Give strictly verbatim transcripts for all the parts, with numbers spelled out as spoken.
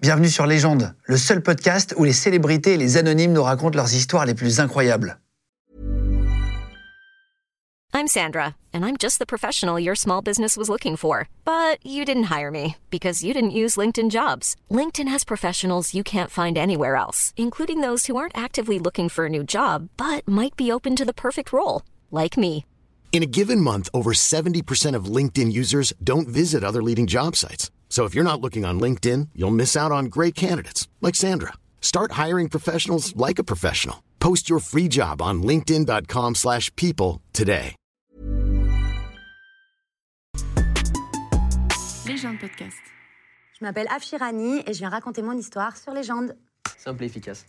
Bienvenue sur Légende, le seul podcast où les célébrités et les anonymes nous racontent leurs histoires les plus incroyables. I'm Sandra, and I'm just the professional your small business was looking for. But you didn't hire me because you didn't use LinkedIn Jobs. LinkedIn has professionals you can't find anywhere else, including those who aren't actively looking for a new job, but might be open to the perfect role, like me. In a given month, over seventy percent of LinkedIn users don't visit other leading job sites. So if you're not looking on LinkedIn, you'll miss out on great candidates like Sandra. Start hiring professionals like a professional. Post your free job on linkedin dot com slash people today. Légende podcast. Je m'appelle Afshirani et je viens raconter mon histoire sur Légende. Simple et efficace.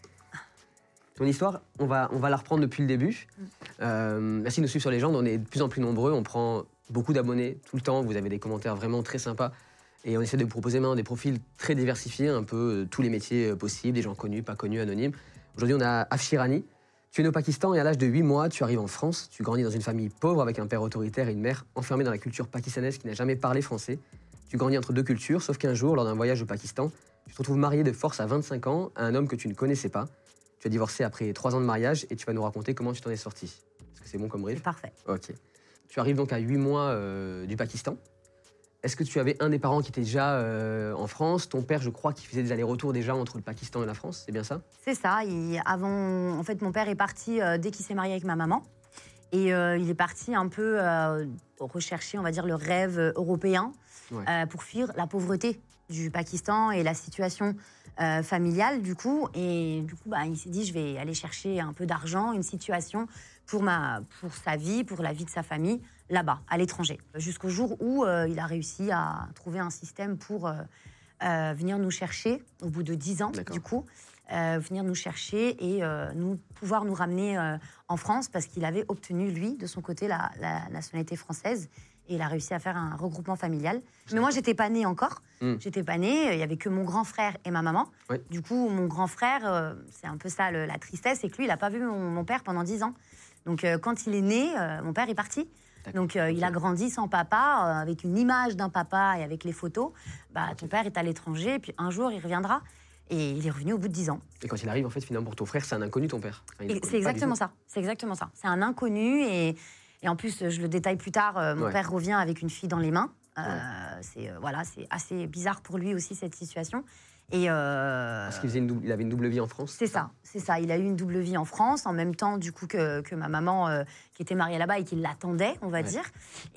Ton histoire, on va, on va la reprendre depuis le début. Mm. Euh, merci de nous suivre sur Légende, on est de plus en plus nombreux, on prend beaucoup d'abonnés tout le temps, vous avez des commentaires vraiment très sympas. Et on essaie de vous proposer maintenant des profils très diversifiés, un peu euh, tous les métiers euh, possibles, des gens connus, pas connus, anonymes. Aujourd'hui, on a Afshirani. Tu es né au Pakistan et à l'âge de huit mois, tu arrives en France. Tu grandis dans une famille pauvre avec un père autoritaire et une mère enfermée dans la culture pakistanaise qui n'a jamais parlé français. Tu grandis entre deux cultures, sauf qu'un jour, lors d'un voyage au Pakistan, tu te retrouves marié de force à vingt-cinq ans à un homme que tu ne connaissais pas. Tu as divorcé après trois ans de mariage et tu vas nous raconter comment tu t'en es sorti. Est-ce que c'est bon comme brief ? C'est parfait. Ok. Tu arrives donc à huit mois euh, du Pakistan. Est-ce que tu avais un des parents qui était déjà euh, en France ? Ton père, je crois, qui faisait des allers-retours déjà entre le Pakistan et la France, c'est bien ça ? C'est ça. Il, avant, en fait, mon père est parti euh, dès qu'il s'est marié avec ma maman. Et euh, il est parti un peu euh, rechercher, on va dire, le rêve européen ouais. euh, pour fuir la pauvreté du Pakistan et la situation euh, familiale, du coup. Et du coup, bah, il s'est dit, je vais aller chercher un peu d'argent, une situation pour, ma, pour sa vie, pour la vie de sa famille, là-bas, à l'étranger. Jusqu'au jour où euh, il a réussi à trouver un système pour euh, euh, venir nous chercher, au bout de dix ans, D'accord. du coup, euh, venir nous chercher et euh, nous, pouvoir nous ramener euh, en France, parce qu'il avait obtenu, lui, de son côté, la, la nationalité française. Et il a réussi à faire un regroupement familial. Mais moi, j'étais pas née encore. Mm. J'étais pas née. Il y avait que mon grand frère et ma maman. Oui. Du coup, mon grand frère, euh, c'est un peu ça le, la tristesse, c'est que lui, il a pas vu mon, mon père pendant dix ans. Donc, euh, quand il est né, euh, mon père est parti. D'accord. Donc, euh, il a grandi sans papa, euh, avec une image d'un papa et avec les photos. Bah, okay. Ton père est à l'étranger, et puis un jour, il reviendra. Et il est revenu au bout de dix ans. Et quand il arrive, en fait, finalement, pour ton frère, c'est un inconnu, ton père. Enfin, c'est exactement ça. C'est exactement ça. C'est un inconnu et... Et en plus, je le détaille plus tard, euh, mon ouais. père revient avec une fille dans les mains. Euh, ouais. c'est, euh, voilà, c'est assez bizarre pour lui aussi, cette situation. Et euh, Parce qu'il faisait une double, il avait une double vie en France ? C'est ça, c'est ça. Il a eu une double vie en France, en même temps du coup, que, que ma maman, euh, qui était mariée là-bas et qui l'attendait, on va ouais. dire,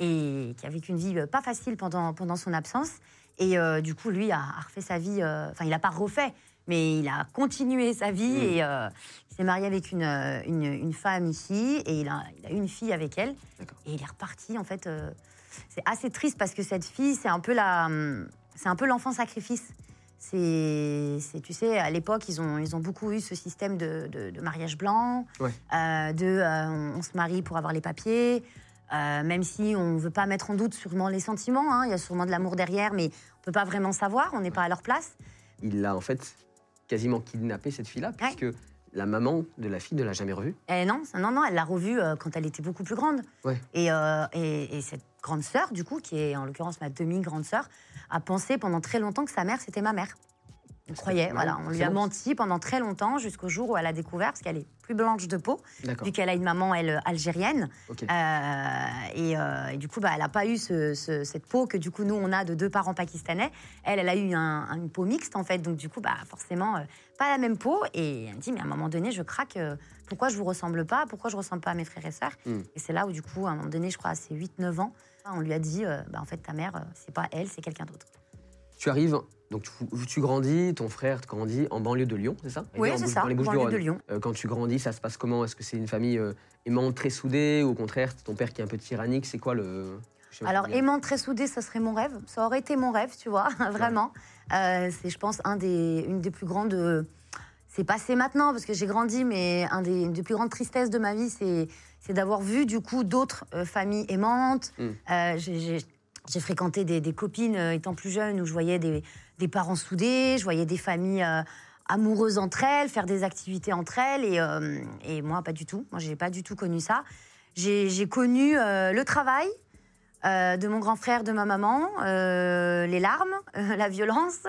et qui a vécu une vie euh, pas facile pendant, pendant son absence. Et euh, du coup, lui a, a refait sa vie... Enfin, euh, il n'a pas refait, mais il a continué sa vie. Mmh. Et euh, il s'est marié avec une, une, une femme ici, et il a, il a eu une fille avec elle. D'accord. Et il est reparti, en fait. Euh, c'est assez triste, parce que cette fille, c'est un peu, la, c'est un peu l'enfant sacrifice. C'est, c'est, tu sais, à l'époque, ils ont, ils ont beaucoup eu ce système de, de, de mariage blanc, ouais. euh, de euh, on, on se marie pour avoir les papiers, euh, même si on ne veut pas mettre en doute sûrement les sentiments, hein, il y a sûrement de l'amour derrière, mais on ne peut pas vraiment savoir, on n'est pas à leur place. Il l'a en fait quasiment kidnappé, cette fille-là, puisque ouais. la maman de la fille ne l'a jamais revue. Eh non, non, non, elle l'a revue euh, quand elle était beaucoup plus grande. Ouais. Et, euh, et, et cette grande sœur, du coup, qui est en l'occurrence ma demi-grande sœur, a pensé pendant très longtemps que sa mère, c'était ma mère. On croyait, c'est voilà. On lui a bon. menti pendant très longtemps, jusqu'au jour où elle a découvert, parce qu'elle est plus blanche de peau, D'accord. vu qu'elle a une maman, elle, algérienne. Okay. Euh, et, euh, et du coup, bah, elle n'a pas eu ce, ce, cette peau que, du coup, nous, on a de deux parents pakistanais. Elle, elle a eu un, une peau mixte, en fait. Donc, du coup, bah, forcément, euh, pas la même peau. Et elle me dit, mais à un moment donné, je craque. Euh, pourquoi je ne vous ressemble pas ? Pourquoi je ne ressemble pas à mes frères et sœurs ? mm. Et c'est là où, du coup, à un moment donné, je crois, à ses huit neuf ans, on lui a dit, euh, bah, en fait, ta mère, euh, c'est pas elle, c'est quelqu'un d'autre. Tu arrives... Donc tu, tu grandis, ton frère grandit en banlieue de Lyon, c'est ça ? Oui, c'est ça, en banlieue de Lyon. Euh, quand tu grandis, ça se passe comment ? Est-ce que c'est une famille euh, aimante, très soudée, ou au contraire, ton père qui est un peu tyrannique ? C'est quoi le... Alors, aimante, très soudée, ça serait mon rêve. Ça aurait été mon rêve, tu vois, vraiment. Euh, c'est, je pense, un des, une des plus grandes... Euh, c'est passé maintenant, parce que j'ai grandi, mais un des, une des plus grandes tristesses de ma vie, c'est, c'est d'avoir vu, du coup, d'autres euh, familles aimantes. Mm. Euh, j'ai, j'ai, j'ai fréquenté des, des copines, euh, étant plus jeune, où je voyais des... des parents soudés, je voyais des familles euh, amoureuses entre elles, faire des activités entre elles, et, euh, et moi, pas du tout. Moi, j'ai pas du tout connu ça. J'ai, j'ai connu euh, le travail euh, de mon grand frère, de ma maman, euh, les larmes, euh, la violence,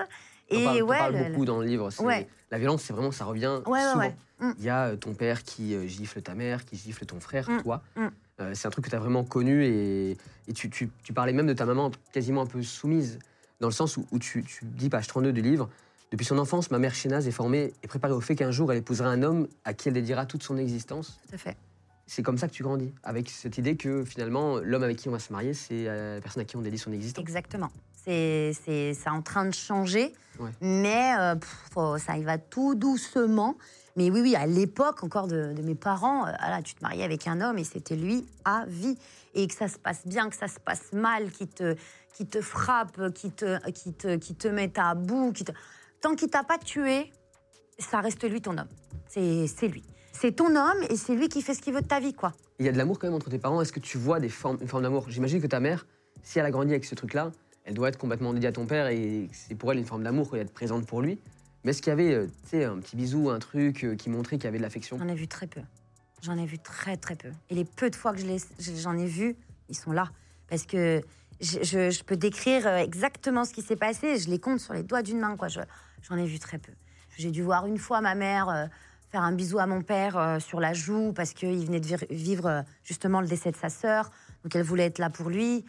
On Et parle, ouais, parle le, beaucoup dans le livre. C'est, ouais. La violence, c'est vraiment, ça revient ouais, souvent. Ouais, ouais. Mm. Il y a euh, ton père qui euh, gifle ta mère, qui gifle ton frère, mm. toi. Mm. Euh, c'est un truc que tu as vraiment connu et, et tu, tu, tu parlais même de ta maman quasiment un peu soumise, dans le sens où, où tu, tu dis, page trente-deux du livre, depuis son enfance, ma mère Shehnaz est formée et préparée au fait qu'un jour elle épousera un homme à qui elle dédiera toute son existence. Tout à fait. C'est comme ça que tu grandis, avec cette idée que finalement, l'homme avec qui on va se marier, c'est la personne à qui on dédie son existence. Exactement. C'est, c'est, c'est en train de changer, ouais. mais euh, pff, oh, ça y va tout doucement. Mais oui, oui, à l'époque encore de, de mes parents, euh, là, tu te mariais avec un homme et c'était lui à vie. Et que ça se passe bien, que ça se passe mal, qu'il te, qu'il te frappe, qu'il te, qu'il te, qu'il te mette à bout. Qu'il te... Tant qu'il t'a pas tué, ça reste lui ton homme. C'est, c'est lui. C'est ton homme et c'est lui qui fait ce qu'il veut de ta vie, quoi. Il y a de l'amour quand même entre tes parents. Est-ce que tu vois des formes, une forme d'amour ? J'imagine que ta mère, si elle a grandi avec ce truc-là, elle doit être complètement dédiée à ton père et c'est pour elle une forme d'amour, d'être présente pour lui. Mais est-ce qu'il y avait, tu sais, un petit bisou, un truc qui montrait qu'il y avait de l'affection ? J'en ai vu très peu. J'en ai vu très, très peu. Et les peu de fois que je les, j'en ai vu, ils sont là. Parce que je, je, je peux décrire exactement ce qui s'est passé. Je les compte sur les doigts d'une main, quoi. Je, j'en ai vu très peu. J'ai dû voir une fois ma mère euh, faire un bisou à mon père euh, sur la joue parce qu'il venait de vivre euh, justement le décès de sa sœur. Donc elle voulait être là pour lui.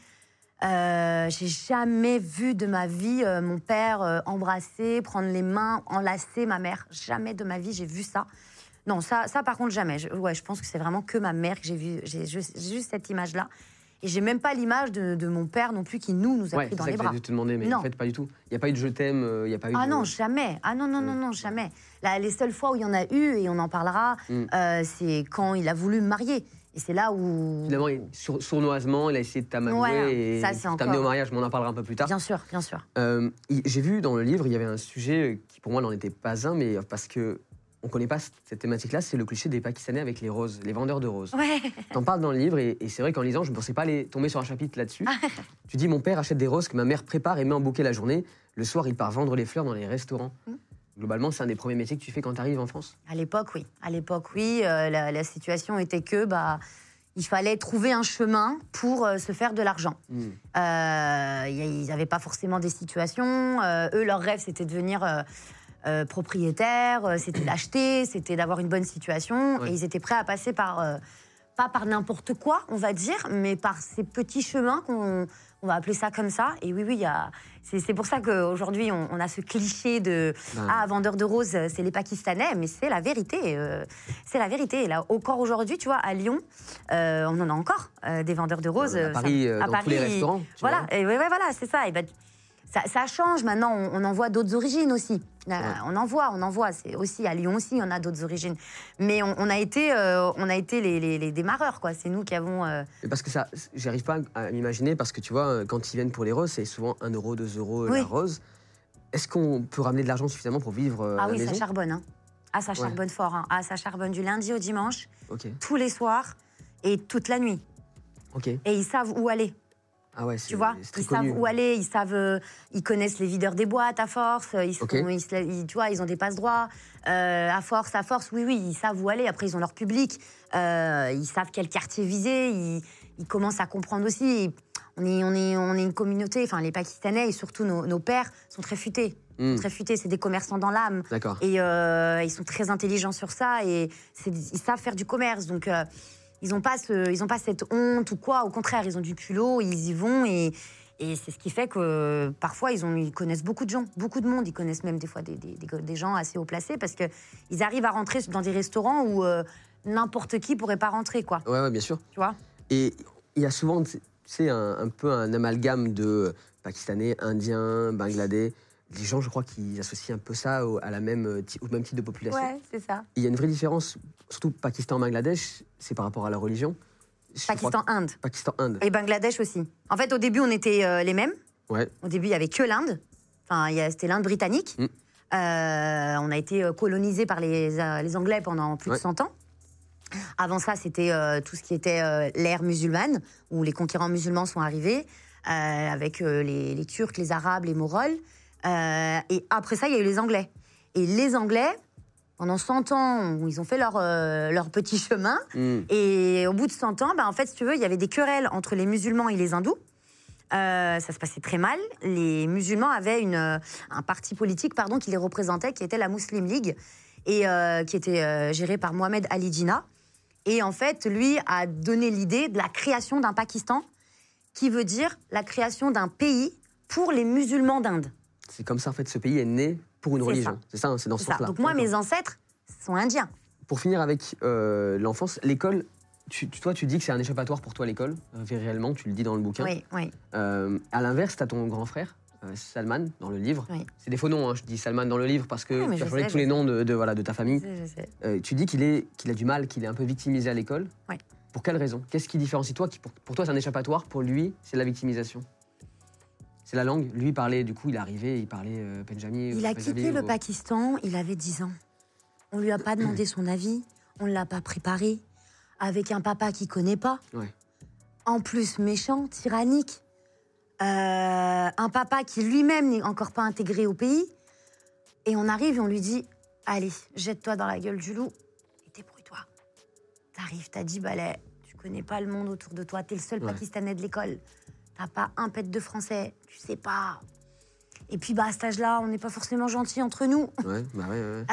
Euh, j'ai jamais vu de ma vie euh, mon père euh, embrasser, prendre les mains, enlacer ma mère. Jamais de ma vie j'ai vu ça. Non, ça, ça par contre jamais. Je, ouais, je pense que c'est vraiment que ma mère que j'ai vu. J'ai, j'ai juste cette image-là. Et j'ai même pas l'image de, de mon père non plus qui nous nous a ouais, pris dans les bras. Ouais, c'est ça que j'allais te demander, mais non. en fait pas du tout. Il y a pas eu de je t'aime, il y a pas eu. Ah de... non, jamais. Ah non non non non jamais. Là, les seules fois où il y en a eu et on en parlera, mm. euh, c'est quand il a voulu me marier. Et c'est là où... Finalement, sour- sournoisement, il a essayé de t'amadouer ouais, et ça, c'est t'amener encore... au mariage, mais on en parlera un peu plus tard. Bien sûr, bien sûr. Euh, j'ai vu dans le livre, il y avait un sujet qui pour moi n'en était pas un, mais parce que on connaît pas cette thématique-là, c'est le cliché des Pakistanais avec les roses, les vendeurs de roses. Ouais. T'en parles dans le livre et, et c'est vrai qu'en lisant, je ne pensais pas aller tomber sur un chapitre là-dessus. Tu dis, mon père achète des roses que ma mère prépare et met en bouquet la journée. Le soir, il part vendre les fleurs dans les restaurants. Mm. Globalement, c'est un des premiers métiers que tu fais quand tu arrives en France ? À l'époque, oui. À l'époque, oui. Euh, la, la situation était que... Bah, il fallait trouver un chemin pour euh, se faire de l'argent. Mmh. Euh, ils n'avaient pas forcément des situations. Euh, eux, leur rêve, c'était de devenir euh, euh, propriétaire, euh, c'était d'acheter, c'était d'avoir une bonne situation. Ouais. Et ils étaient prêts à passer par, euh, pas par n'importe quoi, on va dire, mais par ces petits chemins qu'on on va appeler ça comme ça. Et oui, oui, y a, c'est, c'est pour ça qu'aujourd'hui, on, on a ce cliché de ouais. « Ah, vendeur de roses, c'est les Pakistanais », mais c'est la vérité. Euh, c'est la vérité. Et là, encore aujourd'hui, tu vois, à Lyon, euh, on en a encore euh, des vendeurs de roses. À Paris, ça, à dans Paris, tous les restaurants. Tu voilà, vois. et ouais, ouais, voilà, c'est ça. Et ben, ça, ça change maintenant, on, on en voit d'autres origines aussi. Ouais. On en voit, on en voit. C'est aussi, à Lyon aussi, il y en a d'autres origines. Mais on, on a été, euh, on a été les, les, les démarreurs, quoi. C'est nous qui avons... Euh... Parce que ça, j'arrive pas à m'imaginer, parce que tu vois, quand ils viennent pour les roses, c'est souvent un euro, deux euros oui. la rose. Est-ce qu'on peut ramener de l'argent suffisamment pour vivre euh, ah à oui, la maison ? ça charbonne. Hein. Ah, ça charbonne ouais. fort. Hein. Ah, ça charbonne du lundi au dimanche, okay. tous les soirs et toute la nuit. Okay. Et ils savent où aller. Ah ouais, tu vois, ils connu. savent où aller, ils savent, euh, ils connaissent les videurs des boîtes à force, ils, sont, okay. ils, ils, tu vois, ils ont des passe droits euh, à force, à force, oui, oui, ils savent où aller. Après, ils ont leur public, euh, ils savent quel quartier viser, ils, ils commencent à comprendre aussi. Et on est, on est, on est une communauté. Enfin, les Pakistanais et surtout nos, nos pères sont très futés. Mm. Très futés, c'est des commerçants dans l'âme. D'accord. Et euh, ils sont très intelligents sur ça et c'est, ils savent faire du commerce. Donc euh, Ils n'ont pas, ce, ils ont pas cette honte ou quoi. Au contraire, ils ont du culot, ils y vont. Et, et c'est ce qui fait que parfois, ils, ont, ils connaissent beaucoup de gens, beaucoup de monde. Ils connaissent même des fois des, des, des, des gens assez haut placés parce qu'ils arrivent à rentrer dans des restaurants où euh, n'importe qui ne pourrait pas rentrer, quoi. Ouais, ouais, bien sûr. Tu vois ? Et il y a souvent, tu sais, un, un peu un amalgame de Pakistanais, Indiens, Bangladais. Les gens, je crois, qui associent un peu ça au, à la même, au même type de population. Ouais, c'est ça. Il y a une vraie différence, surtout Pakistan-Bangladesh, c'est par rapport à la religion. Pakistan-Inde. Pakistan-Inde. Et Bangladesh aussi. En fait, au début, on était euh, les mêmes. Ouais. Au début, il n'y avait que l'Inde. Enfin, il y a, c'était l'Inde britannique. Mm. Euh, on a été colonisé par les, euh, les Anglais pendant plus ouais. de cent ans. Avant ça, c'était euh, tout ce qui était euh, l'ère musulmane, où les conquérants musulmans sont arrivés, euh, avec euh, les, les Turcs, les Arabes, les Mongols. Euh, et après ça, il y a eu les Anglais. Et les Anglais, pendant cent ans, ils ont fait leur, euh, leur petit chemin. Mm. Et au bout de cent ans, bah, en fait, si tu veux, il y avait des querelles entre les musulmans et les hindous. Euh, ça se passait très mal. Les musulmans avaient une, un parti politique pardon, qui les représentait, qui était la Muslim League, et euh, qui était euh, géré par Mohamed Ali Jinnah. Et en fait, lui a donné l'idée de la création d'un Pakistan, qui veut dire la création d'un pays pour les musulmans d'Inde. C'est comme ça, en fait, ce pays est né pour une C'est religion. ça. C'est ça, c'est dans ce C'est ça. sens-là. Donc moi, D'accord. mes ancêtres sont indiens. Pour finir avec euh, l'enfance, l'école, tu, tu- toi, tu dis que c'est un échappatoire pour toi, l'école, euh, réellement, tu le dis dans le bouquin. Oui, oui. Euh, à l'inverse, tu as ton grand frère, euh, Salman, dans le livre. Oui. C'est des faux noms, hein, je dis Salman dans le livre parce que Oui, mais tu as je changé sais, tous je les sais. noms de, de, voilà, de ta famille. Je sais, je sais. Euh, tu dis qu'il est, qu'il a du mal, qu'il est un peu victimisé à l'école. Oui. Pour quelle raison? Qu'est-ce qui différencie toi qui, pour, pour toi, c'est un échappatoire, pour lui, c'est la victimisation? C'est la langue. Lui, il parlait, du coup, il est arrivé, il parlait euh, Pendjami. Il a Punjabi, quitté le ou- Pakistan, il avait dix ans. On lui a pas demandé son avis, on ne l'a pas préparé, avec un papa qu'il connaît pas. Ouais. En plus, méchant, tyrannique. Euh, un papa qui lui-même n'est encore pas intégré au pays. Et on arrive et on lui dit « Allez, jette-toi dans la gueule du loup et débrouille-toi. » T'arrives, t'as dix balais, tu connais pas le monde autour de toi, t'es le seul Ouais. Pakistanais de l'école. T'as pas un pet de français, tu sais pas. Et puis, bah, à cet âge-là, on n'est pas forcément gentils entre nous. Ouais, bah ouais, ouais.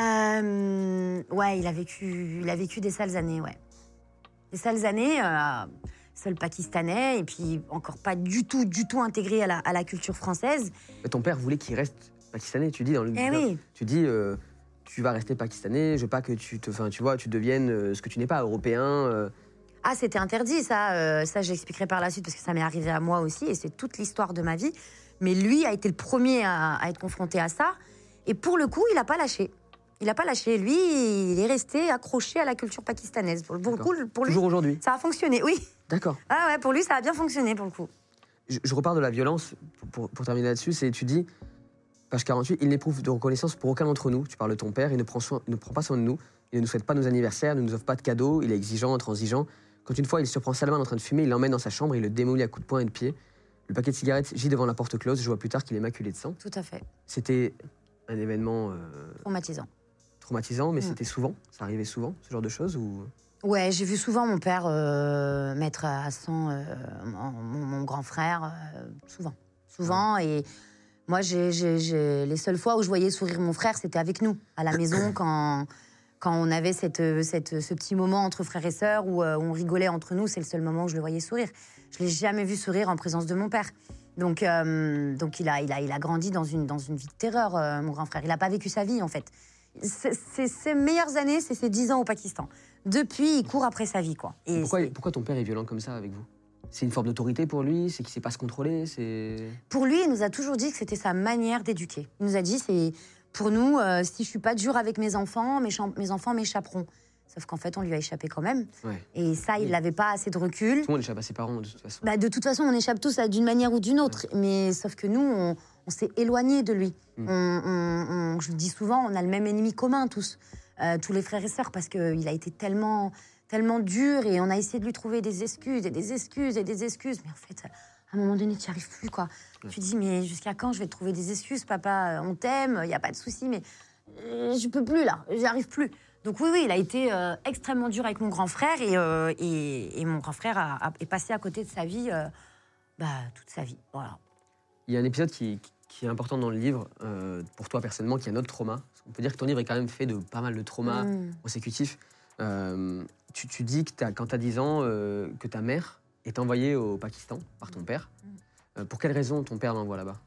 Euh, ouais, il a vécu, il a vécu des sales années, ouais. Des sales années, euh, seul Pakistanais, et puis encore pas du tout, du tout intégré à la, à la culture française. Mais ton père voulait qu'il reste pakistanais, tu dis dans le Eh bouquin. oui. Tu dis, euh, tu vas rester pakistanais, je veux pas que tu te, enfin, tu vois, tu deviennes euh, ce que tu n'es pas, européen. euh. Ah, c'était interdit, ça. euh, ça, j'expliquerai par la suite, parce que ça m'est arrivé à moi aussi, et c'est toute l'histoire de ma vie. Mais lui a été le premier à, à être confronté à ça. Et pour le coup, il n'a pas lâché. Il n'a pas lâché. Lui, il est resté accroché à la culture pakistanaise. Pour, pour le coup, pour lui, Toujours aujourd'hui. ça a fonctionné, oui. D'accord. Ah ouais, pour lui, ça a bien fonctionné, pour le coup. Je, je repars de la violence, pour, pour- pour terminer là-dessus, c'est tu dis, page quarante-huit, il n'éprouve de reconnaissance pour aucun d'entre nous. Tu parles de ton père, il ne prend, soin, il ne prend pas soin de nous, il ne nous souhaite pas nos anniversaires, ne nous offre pas de cadeaux, il est exigeant, intransigeant. Quand une fois il surprend Salman en train de fumer, il l'emmène dans sa chambre et il le démolit à coups de poing et de pied. Le paquet de cigarettes gît devant la porte close, je vois plus tard qu'il est maculé de sang. Tout à fait. C'était un événement euh, Traumatisant. traumatisant, mais Mm. c'était souvent, ça arrivait souvent, ce genre de choses ou... Ouais, j'ai vu souvent mon père euh, mettre à sang euh, mon, mon- mon grand frère, euh, souvent. Souvent, et moi, j'ai, j'ai- j'ai- les seules fois où je voyais sourire mon frère, c'était avec nous, à la maison, quand, quand on avait cette, cette, ce petit moment entre frères et sœurs où euh, on rigolait entre nous. C'est le seul moment où je le voyais sourire. Je l'ai jamais vu sourire en présence de mon père. Donc, euh, donc il, a, il, a, il a grandi dans une, dans une vie de terreur, euh, mon grand frère. Il n'a pas vécu sa vie, en fait. C'est- c'est- ses meilleures années, c'est ses dix ans au Pakistan. Depuis, il court après sa vie, quoi. Et Pourquoi, c'est- pourquoi ton père est violent comme ça avec vous? C'est une forme d'autorité pour lui? C'est qu'il sait pas se contrôler? C'est... Pour lui, il nous a toujours dit que c'était sa manière d'éduquer. Il nous a dit, c'est pour nous, euh, si je suis pas dur avec mes enfants, mes, cham- mes enfants m'échapperont. Sauf qu'en fait, on lui a échappé quand même. Ouais. Et ça, il Oui. n'avait pas assez de recul. Tout le monde échappe à ses parents de toute façon. Bah, de toute façon, on échappe tous à- d'une manière ou d'une autre. Mais sauf que nous, on, on s'est éloigné de lui. Mm. On, on- on- je le dis souvent, on a le même ennemi commun tous, Euh, tous les frères et sœurs, parce qu'il a été tellement, tellement dur et on a essayé de lui trouver des excuses et des excuses et des excuses. Mais en fait, à un moment donné, tu n'y arrives plus, quoi. Ouais. Tu dis, mais jusqu'à quand je vais te trouver des excuses, papa? On t'aime, il n'y a pas de souci, mais euh, je peux plus là, j'y arrive plus. Donc oui, oui, il a été euh, extrêmement dur avec mon grand frère et, euh, et, et mon grand frère a- a- est passé à côté de sa vie euh, bah, toute sa vie. Voilà. Il y a un épisode qui, qui est important dans le livre, euh, pour toi personnellement, qui est un autre trauma. On peut dire que ton livre est quand même fait de pas mal de traumas Mm. consécutifs. Euh, tu, tu dis que t'as- quand tu as dix ans, euh, que ta mère est envoyée au Pakistan par ton père. Euh, pour quelle raison ton père l'envoie là-bas?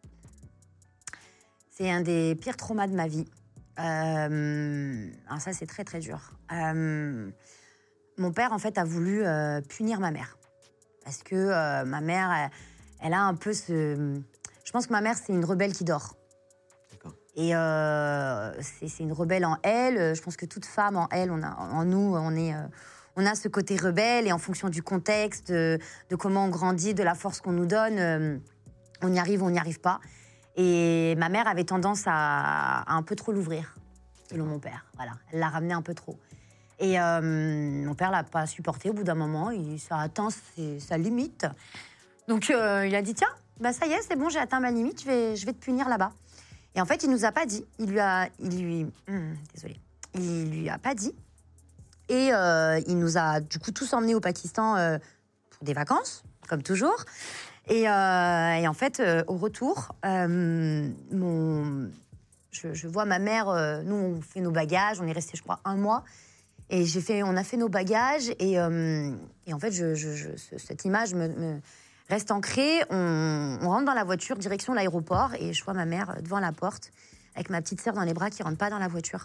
C'est un des pires traumas de ma vie. Euh, alors ça, c'est très, très dur. Euh, mon père, en fait, a voulu euh, punir ma mère. Parce que euh, ma mère, elle, elle a un peu ce... Je pense que ma mère, c'est une rebelle qui dort. D'accord. Et euh, c'est c'est une rebelle en elle. Je pense que toute femme en elle, on a, en nous, on, est, euh, on a ce côté rebelle. Et en fonction du contexte, de, de comment on grandit, de la force qu'on nous donne, euh, on y arrive ou on n'y arrive pas. Et ma mère avait tendance à, à un peu trop l'ouvrir, selon mon père. Voilà, elle l'a ramené un peu trop. Et euh, mon père l'a pas supporté au bout d'un moment. Il, ça a atteint ses- sa limite. Donc euh, il a dit, tiens, bah ça y est, c'est bon, j'ai atteint ma limite, je vais, je vais te punir là-bas. Et en fait, il nous a pas dit. Il lui a... Il lui, hum, désolée. Il lui a pas dit. Et euh, il nous a du coup tous emmenés au Pakistan euh, pour des vacances, comme toujours. Et, euh, et en fait, euh, au retour, euh, mon, je, je vois ma mère, euh, nous on fait nos bagages, on est resté je crois un mois, et j'ai fait, on a fait nos bagages, et, euh, et en fait, je, je, je, cette image me, me reste ancrée. On, on rentre dans la voiture, direction l'aéroport, et je vois ma mère devant la porte, avec ma petite sœur dans les bras qui rentre pas dans la voiture.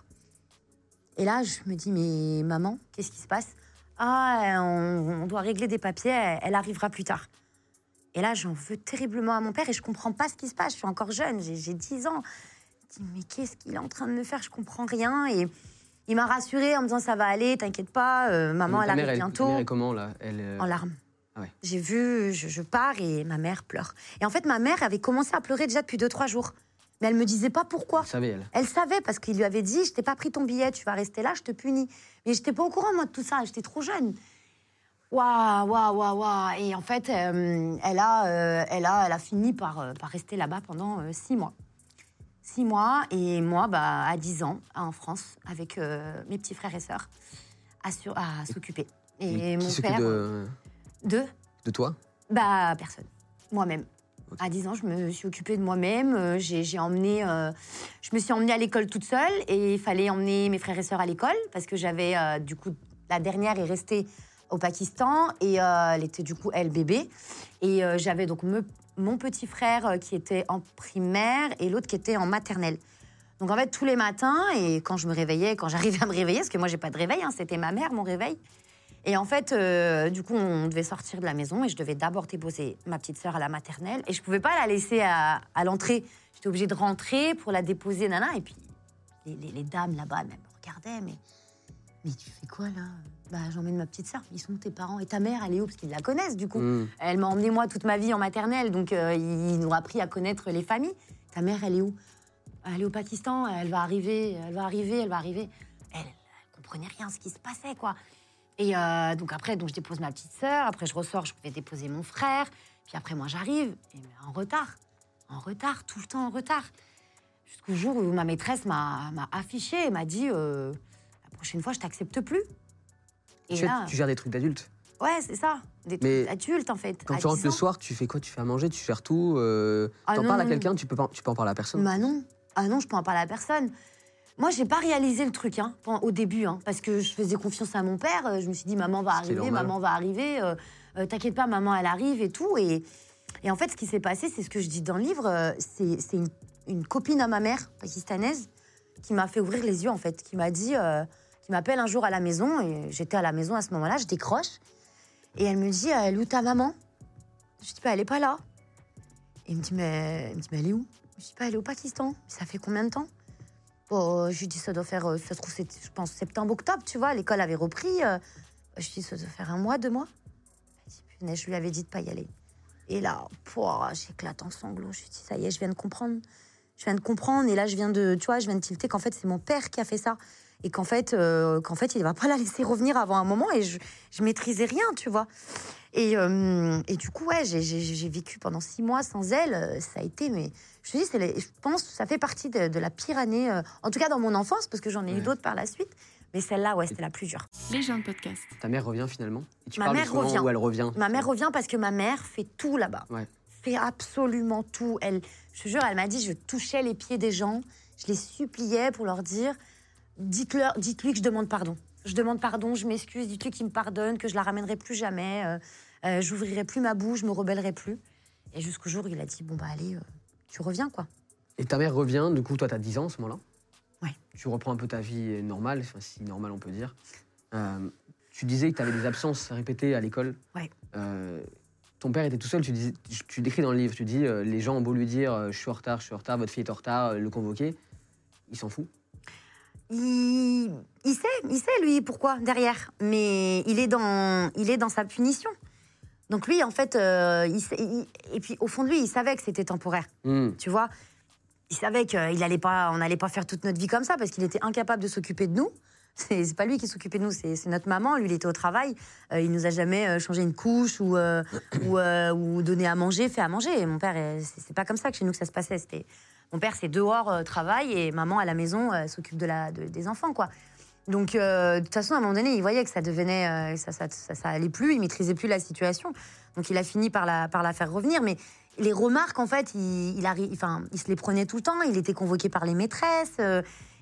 Et là, je me dis, mais maman, qu'est-ce qui se passe ? Ah, on, on doit régler des papiers, elle, elle arrivera plus tard. Et là, j'en veux terriblement à mon père et je comprends pas ce qui se passe. Je suis encore jeune, j'ai, j'ai dix ans. Je me dis, mais qu'est-ce qu'il est en train de me faire ? Je comprends rien. Et il m'a rassurée en me disant, ça va aller, t'inquiète pas, euh, maman, elle arrive elle, bientôt. Ta mère est comment, là elle, euh... En larmes. Ah ouais. J'ai vu, je, je pars et ma mère pleure. Et en fait, ma mère avait commencé à pleurer déjà depuis deux, trois jours. Mais elle me disait pas pourquoi. Elle savait, elle. Elle savait, parce qu'il lui avait dit, je t'ai pas pris ton billet, tu vas rester là, je te punis. Mais j'étais pas au courant, moi, de tout ça, j'étais trop jeune. Waouh, waouh, waouh, waouh. Et en fait, euh, elle, a, euh, elle, a, elle a fini par, euh, par rester là-bas pendant euh, six mois. Six mois, et moi, bah, à dix ans, en France, avec euh, mes petits frères et sœurs, à, sur, à s'occuper. Et, et mon qui père... de... De De toi ? Bah, personne. Moi-même. Okay. À dix ans, je me suis occupée de moi-même. Euh, j'ai, j'ai emmené, euh, je me suis emmenée à l'école toute seule et il fallait emmener mes frères et sœurs à l'école parce que j'avais, euh, du coup, la dernière est restée au Pakistan et euh, elle était du coup, elle, bébé. Et euh, j'avais donc me, mon petit frère euh, qui était en primaire et l'autre qui était en maternelle. Donc en fait, tous les matins, et quand je me réveillais, quand j'arrivais à me réveiller, parce que moi, j'ai pas de réveil, hein, c'était ma mère, mon réveil. Et en fait, euh, du coup, on devait sortir de la maison et je devais d'abord déposer ma petite sœur à la maternelle. Et je pouvais pas la laisser à, à l'entrée. J'étais obligée de rentrer pour la déposer, nana. Et puis, les, les, les dames là-bas, elles me regardaient. Mais, mais tu fais quoi, là ? Bah, j'emmène ma petite sœur. Ils sont tes parents. Et ta mère, elle est où ? Parce qu'ils la connaissent, du coup. Mmh. Elle m'a emmenée, moi, toute ma vie en maternelle. Donc, euh, ils nous ont appris à connaître les familles. Ta mère, elle est où ? Elle est au Pakistan. Elle va arriver, elle va arriver, elle va arriver. Elle, elle comprenait rien ce qui se passait, quoi. Et euh, donc après, donc je dépose ma petite sœur. Après, je ressors, je vais déposer mon frère. Puis après, moi, j'arrive. Et en retard. En retard, tout le temps en retard. Jusqu'au jour où ma maîtresse m'a, m'a affiché et m'a dit euh, la prochaine fois, je t'accepte plus. Et tu, là, tu gères des trucs d'adultes ? Ouais, c'est ça. Des Mais trucs d'adultes, en fait. Quand tu rentres le soir, tu fais quoi ? Tu fais à manger, tu gères tout euh, ah T'en non, parles à quelqu'un, tu peux, pas, tu peux en parler à personne ? Bah non. Ah non, je peux en parler à personne. Moi, j'ai pas réalisé le truc hein, au début, hein, parce que je faisais confiance à mon père. Je me suis dit, maman va arriver, normal. maman va arriver. Euh, euh, t'inquiète pas, maman, elle arrive et tout. Et, et en fait, ce qui s'est passé, c'est ce que je dis dans le livre. Euh, c'est, c'est une, une copine à ma mère, pakistanaise, qui m'a fait ouvrir les yeux, en fait, qui m'a dit, euh, qui m'appelle un jour à la maison. Et j'étais à la maison à ce moment-là, je décroche. Et elle me dit, elle est où ta maman ? Je dis, bah, elle est pas là. Et il me dit, mais, il me dit, mais elle est où ? Je dis, bah, elle est au Pakistan. Ça fait combien de temps ? Bon, je lui dis, ça doit faire, ça se trouve, c'est, je pense, septembre, octobre, tu vois, l'école avait repris. Euh, je lui dis, ça doit faire un mois, deux mois. Elle dit, punaise, je lui avais dit de pas y aller. Et là, pouah, j'éclate en sanglots. Je lui dis, ça y est, je viens de comprendre. Je viens de comprendre. Et là, je viens de, tu vois, je viens de tilter qu'en fait, c'est mon père qui a fait ça. Et qu'en fait, euh, qu'en fait, il va pas la laisser revenir avant un moment. Et je, je maîtrisais rien, tu vois. Et, euh, et du coup, ouais, j'ai, j'ai, j'ai vécu pendant six mois sans elle. Ça a été, mais je te dis, c'est les, je pense que ça fait partie de, de la pire année, euh, en tout cas dans mon enfance, parce que j'en ai ouais. eu d'autres par la suite. Mais celle-là, ouais, c'était la plus dure. Les gens de podcast. Ta mère revient finalement et tu Ma parles mère du moment revient. où elle revient. Ma mère revient parce que ma mère fait tout là-bas. Ouais. Fait absolument tout. Elle, je te jure, elle m'a dit, je touchais les pieds des gens, je les suppliais pour leur dire, dites-leur, dites-lui que je demande pardon. Je demande pardon, je m'excuse, dites-lui qu'il me pardonne, que je la ramènerai plus jamais, euh, euh, j'ouvrirai plus ma bouche, je me rebellerai plus. Et jusqu'au jour où il a dit, bon bah allez, euh, tu reviens quoi. Et ta mère revient, du coup toi t'as dix ans à ce moment-là. Ouais. Tu reprends un peu ta vie normale, enfin si normale on peut dire. Euh, tu disais que tu avais des absences répétées à l'école. Ouais. Euh, ton père était tout seul, tu, dis, tu décris dans le livre, tu dis, euh, les gens ont beau lui dire, euh, je suis en retard, je suis en retard, votre fille est en retard, euh, le convoquer, il s'en fout. Il, il sait, il sait lui pourquoi derrière, mais il est dans, il est dans sa punition. Donc lui, en fait, euh, il, il, et puis au fond de lui, il savait que c'était temporaire. Mm. Tu vois, il savait qu'il allait pas, on n'allait pas faire toute notre vie comme ça parce qu'il était incapable de s'occuper de nous. C'est, c'est pas lui qui s'occupait de nous, c'est, c'est notre maman. Lui, il était au travail. Euh, il nous a jamais euh, changé une couche ou euh, ou, euh, ou donné à manger, fait à manger. Et mon père, euh, c'est, c'est pas comme ça que chez nous que ça se passait. C'était mon père, c'est dehors euh, travail et maman à la maison euh, s'occupe de la de, des enfants quoi. Donc, euh, de toute façon, à un moment donné, il voyait que ça devenait, euh, ça, ça, ça, ça allait plus, il maîtrisait plus la situation. Donc, il a fini par la, par la faire revenir. Mais les remarques, en fait, il, il, arri- enfin, il se les prenait tout le temps. Il était convoqué par les maîtresses. Euh,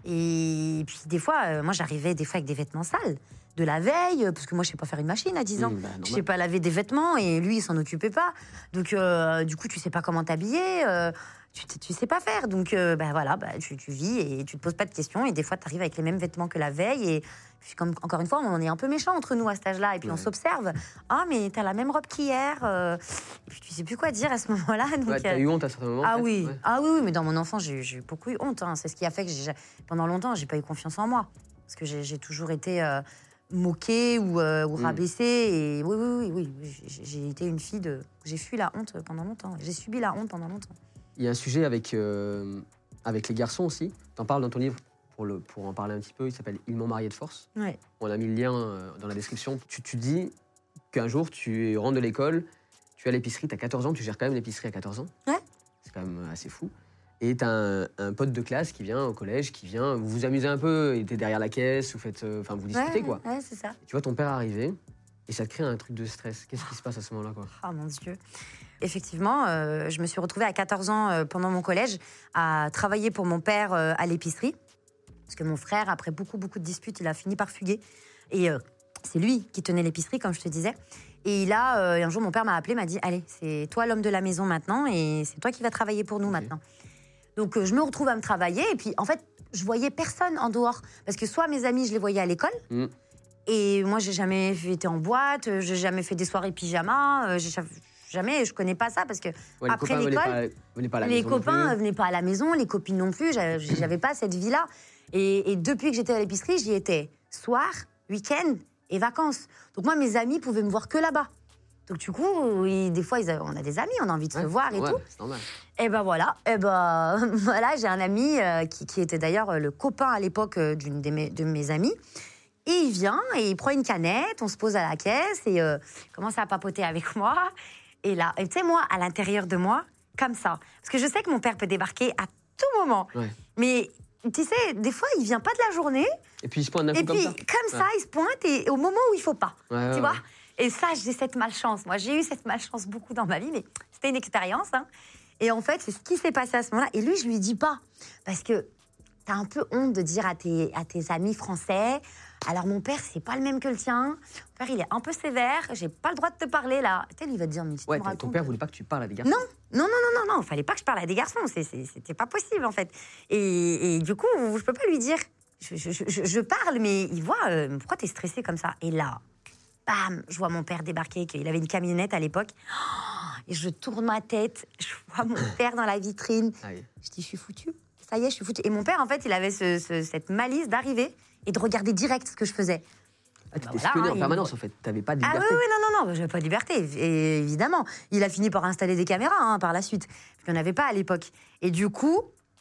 et puis, des fois, euh, moi, j'arrivais des fois avec des vêtements sales. De la veille, parce que moi, je sais pas faire une machine à dix ans. Mmh, bah, je sais pas laver des vêtements et lui, il s'en occupait pas. Donc, euh, du coup, tu sais pas comment t'habiller. Euh, tu, tu sais pas faire. Donc, euh, bah, voilà, bah, tu, tu vis et tu te poses pas de questions. Et des fois, tu arrives avec les mêmes vêtements que la veille. Et puis, comme, encore une fois, on est un peu méchants entre nous à cet âge-là. Et puis, ouais. on s'observe. Ah, mais t'as la même robe qu'hier. Euh, et puis, tu sais plus quoi dire à ce moment-là. Donc, ouais, t'as euh, eu honte à certains moments. Ah oui. Ouais. ah oui, oui, mais dans mon enfance, j'ai, j'ai eu beaucoup eu honte. Hein. C'est ce qui a fait que j'ai, pendant longtemps, j'ai pas eu confiance en moi. Parce que j'ai, j'ai toujours été... Euh, moquée ou, euh, ou rabaissée. Et oui, oui, oui, oui. J'ai, j'ai été une fille de... J'ai fui la honte pendant longtemps. J'ai subi la honte pendant longtemps. Il y a un sujet avec, euh, avec les garçons aussi. T'en parles dans ton livre, pour, le, pour en parler un petit peu. Il s'appelle « Ils m'ont marié de force ouais. ». On a mis le lien dans la description. Tu, tu dis qu'un jour, tu rentres de l'école, tu es à l'épicerie, t'as quatorze ans, tu gères quand même l'épicerie à quatorze ans. Ouais. C'est quand même assez fou. Et t'as un, un pote de classe qui vient au collège, qui vient, vous vous amusez un peu, et t'es derrière la caisse, vous faites, enfin vous discutez ouais, quoi. Ouais, c'est ça. Tu vois ton père arriver, et ça te crée un truc de stress. Qu'est-ce qui se passe à ce moment-là quoi? Oh mon Dieu. Effectivement, euh, je me suis retrouvée à quatorze ans euh, pendant mon collège à travailler pour mon père euh, à l'épicerie. Parce que mon frère, après beaucoup, beaucoup de disputes, il a fini par fuguer. Et euh, c'est lui qui tenait l'épicerie, comme je te disais. Et là, euh, un jour, mon père m'a appelé, m'a dit « Allez, c'est toi l'homme de la maison maintenant, et c'est toi qui vas travailler pour nous okay. maintenant. » Donc, euh, je me retrouve à me travailler. Et puis, en fait, je voyais personne en dehors. Parce que soit mes amis, je les voyais à l'école. Mm. Et moi, j'ai jamais été en boîte. J'ai jamais fait des soirées pyjama. Euh, j'ai jamais, je connais pas ça. Parce que ouais, après l'école, les maison copains venaient pas à la maison. Les copines non plus. J'avais pas cette vie-là. Et, et depuis que j'étais à l'épicerie, j'y étais soir, week-end et vacances. Donc, moi, mes amis pouvaient me voir que là-bas. Donc du coup, oui, des fois, ils a, on a des amis, on a envie de ouais, se voir et ouais, tout. C'est normal. Et ben voilà, et ben voilà, j'ai un ami euh, qui, qui était d'ailleurs le copain à l'époque euh, d'une de mes, de mes amies. Et il vient et il prend une canette, on se pose à la caisse et euh, commence à papoter avec moi. Et là, tu sais moi, à l'intérieur de moi, comme ça, parce que je sais que mon père peut débarquer à tout moment. Ouais. Mais tu sais, des fois, il vient pas de la journée. Et puis il se pointe d'un coup comme ça. Et puis comme ça, ouais. il se pointe et au moment où il faut pas. Ouais, tu ouais, vois ouais. Et ça, j'ai cette malchance. Moi, j'ai eu cette malchance beaucoup dans ma vie, mais c'était une expérience. Hein. Et en fait, c'est ce qui s'est passé à ce moment-là. Et lui, je lui dis pas. Parce que t'as un peu honte de dire à tes, à tes amis français, alors mon père, c'est pas le même que le tien. Mon père, il est un peu sévère. J'ai pas le droit de te parler, là. Tu sais, lui, il va te dire, mais ouais, ton père voulait pas que tu parles à des garçons. Non, non, non, non, non, non. Il fallait pas que je parle à des garçons. C'est, c'est, c'était pas possible, en fait. Et, et du coup, je peux pas lui dire. Je, je, je, je parle, mais il voit, euh, pourquoi t'es stressé comme ça? Et là... Bam, je vois mon père débarquer, il avait une camionnette à l'époque. Oh, et je tourne ma tête, je vois mon père dans la vitrine. Aïe. Je dis, je suis foutue. Ça y est, je suis foutue. Et mon père, en fait, il avait ce, ce, cette malice d'arriver et de regarder direct ce que je faisais. Ah, tu étais bah, voilà, en permanence, il... en fait. Tu n'avais pas de liberté. Ah oui, oui, non, non, non, j'avais pas de liberté, et, évidemment. Il a fini par installer des caméras hein, par la suite. Parce qu'on n'avait pas à l'époque. Et du coup...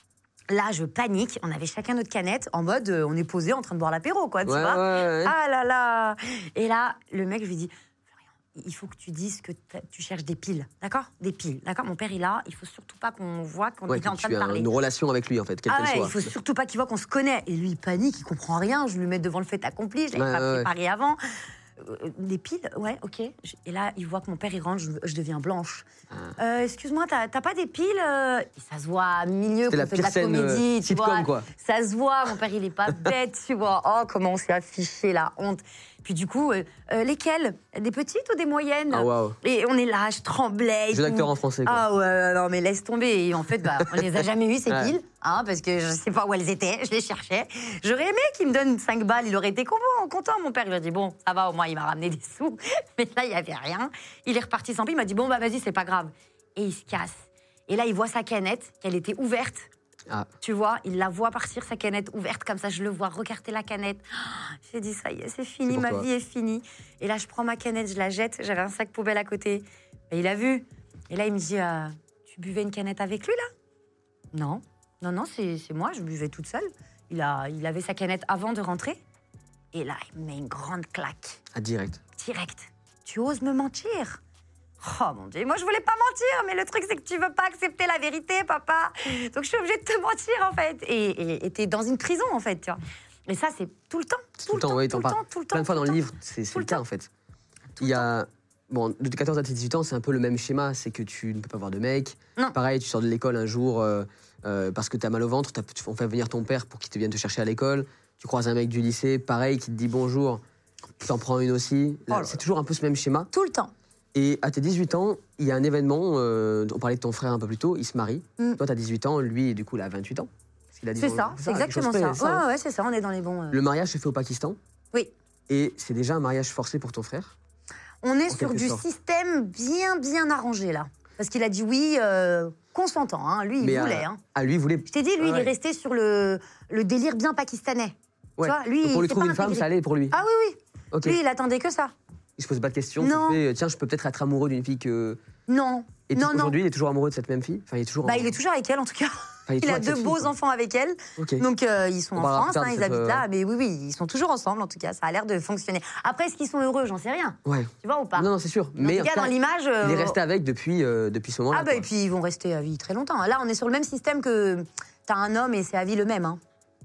Là, je panique. On avait chacun notre canette en mode, euh, on est posé en train de boire l'apéro, quoi, tu ouais, vois. Ouais, ouais. Ah là là. Et là, le mec, je lui dis, il faut que tu dises que tu cherches des piles, d'accord? Des piles, d'accord? Mon père, il a, il faut surtout pas qu'on voit qu'on ouais, est en train de parler. parler. Une relation avec lui, en fait, quelle ah qu'elle ouais, soit. Il faut surtout pas qu'il voit qu'on se connaît. Et lui, il panique, il comprend rien. Je lui mets devant le fait accompli. Je l'avais ouais, pas ouais, préparé ouais. avant. Des piles, ouais, ok. Et là, il voit que mon père, il rentre, je, je deviens blanche. Ah. Euh, excuse-moi, t'as, t'as pas des piles euh... Ça se voit à milieu qu'on fait de la comédie, euh, tu sitcom, vois. Quoi. Ça se voit, mon père, il est pas bête, tu vois. Oh, comment on s'est affiché, la honte. Puis du coup, euh, euh, lesquelles? Des petites ou des moyennes? Ah, wow. Et on est là, je tremblais. Jeu d'acteur en français, quoi. Ah ouais, non, mais laisse tomber. Et en fait, bah, on les a jamais eues, ces ouais. piles, hein, parce que je sais pas où elles étaient, je les cherchais. J'aurais aimé qu'il me donne cinq balles, il aurait été content. Mon père, il a dit, bon, ça va, au moins, il m'a ramené des sous. Mais là, il y avait rien. Il est reparti sans piles, il m'a dit, bon, bah vas-y, c'est pas grave. Et il se casse. Et là, il voit sa canette, qu'elle était ouverte. Ah. Tu vois, il la voit partir, sa canette ouverte comme ça, je le vois recarter la canette. Oh, j'ai dit, ça y est, c'est fini, c'est ma toi. vie est finie. Et là, je prends ma canette, je la jette, j'avais un sac poubelle à côté. Et il a vu. Et là, il me dit, euh, tu buvais une canette avec lui, là? Non, non, non, c'est, c'est moi, je buvais toute seule. Il, a, il avait sa canette avant de rentrer. Et là, il me met une grande claque. Ah, direct. Direct. Tu oses me mentir? Oh mon Dieu, moi je voulais pas mentir, mais le truc c'est que tu veux pas accepter la vérité, papa. Donc je suis obligée de te mentir en fait. Et, et, et t'es dans une prison en fait, tu vois. Et ça, c'est tout le temps. Tout, Tout le temps, oui, t'en tout le parles. temps, tout le temps. Plein de fois tout dans le le temps. livre, c'est c'est Tout le le cas temps. en fait. Tout Il le y a. Bon, de quatorze à dix-huit ans, c'est un peu le même schéma. C'est que tu ne peux pas voir de mec. Non. Pareil, tu sors de l'école un jour euh, euh, parce que t'as mal au ventre. t'as- On fait venir ton père pour qu'il te vienne te chercher à l'école. Tu croises un mec du lycée, pareil, qui te dit bonjour. Tu t'en prends une aussi. Là, Oh là c'est là. toujours un peu ce même schéma. Tout le temps. Et à tes dix-huit ans, il y a un événement. euh, on parlait de ton frère un peu plus tôt. Il se marie. Mm. Toi, t'as dix-huit ans. Lui, du coup, il a vingt-huit ans. Parce qu'il a dix C'est ans. ça, c'est quelque exactement chose ça. près, c'est hein. Ouais, ouais, c'est ça, on est dans les bons. euh. Le mariage se fait au Pakistan. Oui. Et c'est déjà un mariage forcé pour ton frère. On est En sur quelque du sorte. système bien, bien arrangé, là. Parce qu'il a dit oui, euh, consentant. Hein. Lui, il Mais voulait. à, Hein. à lui, il voulait. Je t'ai dit, lui, Ah il ouais. est resté sur le, le délire bien pakistanais. Ouais. Tu vois, lui, Donc pour lui il s'est trouver pas une femme, intégré. ça allait pour lui. Ah oui, oui. Ok. Lui, il attendait que ça. Il se pose pas de questions. Non. se fait, tiens, je peux peut-être être amoureux d'une fille que. Non. Et puis non, non. aujourd'hui, il est toujours amoureux de cette même fille. Enfin, il est toujours. Bah, en- il est toujours avec elle, en tout cas. enfin, est Il toujours a avec deux cette fille, beaux quoi. enfants avec elle. Ok. Donc, euh, ils sont On en parlera France, plus tard hein, de ils cette, habitent euh, là. Mais oui, oui, ils sont toujours ensemble, en tout cas. Ça a l'air de fonctionner. Après, est-ce qu'ils sont heureux? J'en sais rien. Ouais. Tu vois ou pas? Non, non, c'est sûr. Mais Mais en tout cas, en dans tout cas, l'image. euh, il est resté avec depuis, euh, depuis ce moment-là. Ah, bah, quoi. et puis ils vont rester à vie très longtemps. Là, on est sur le même système que t'as un homme et c'est à vie le même. Hein.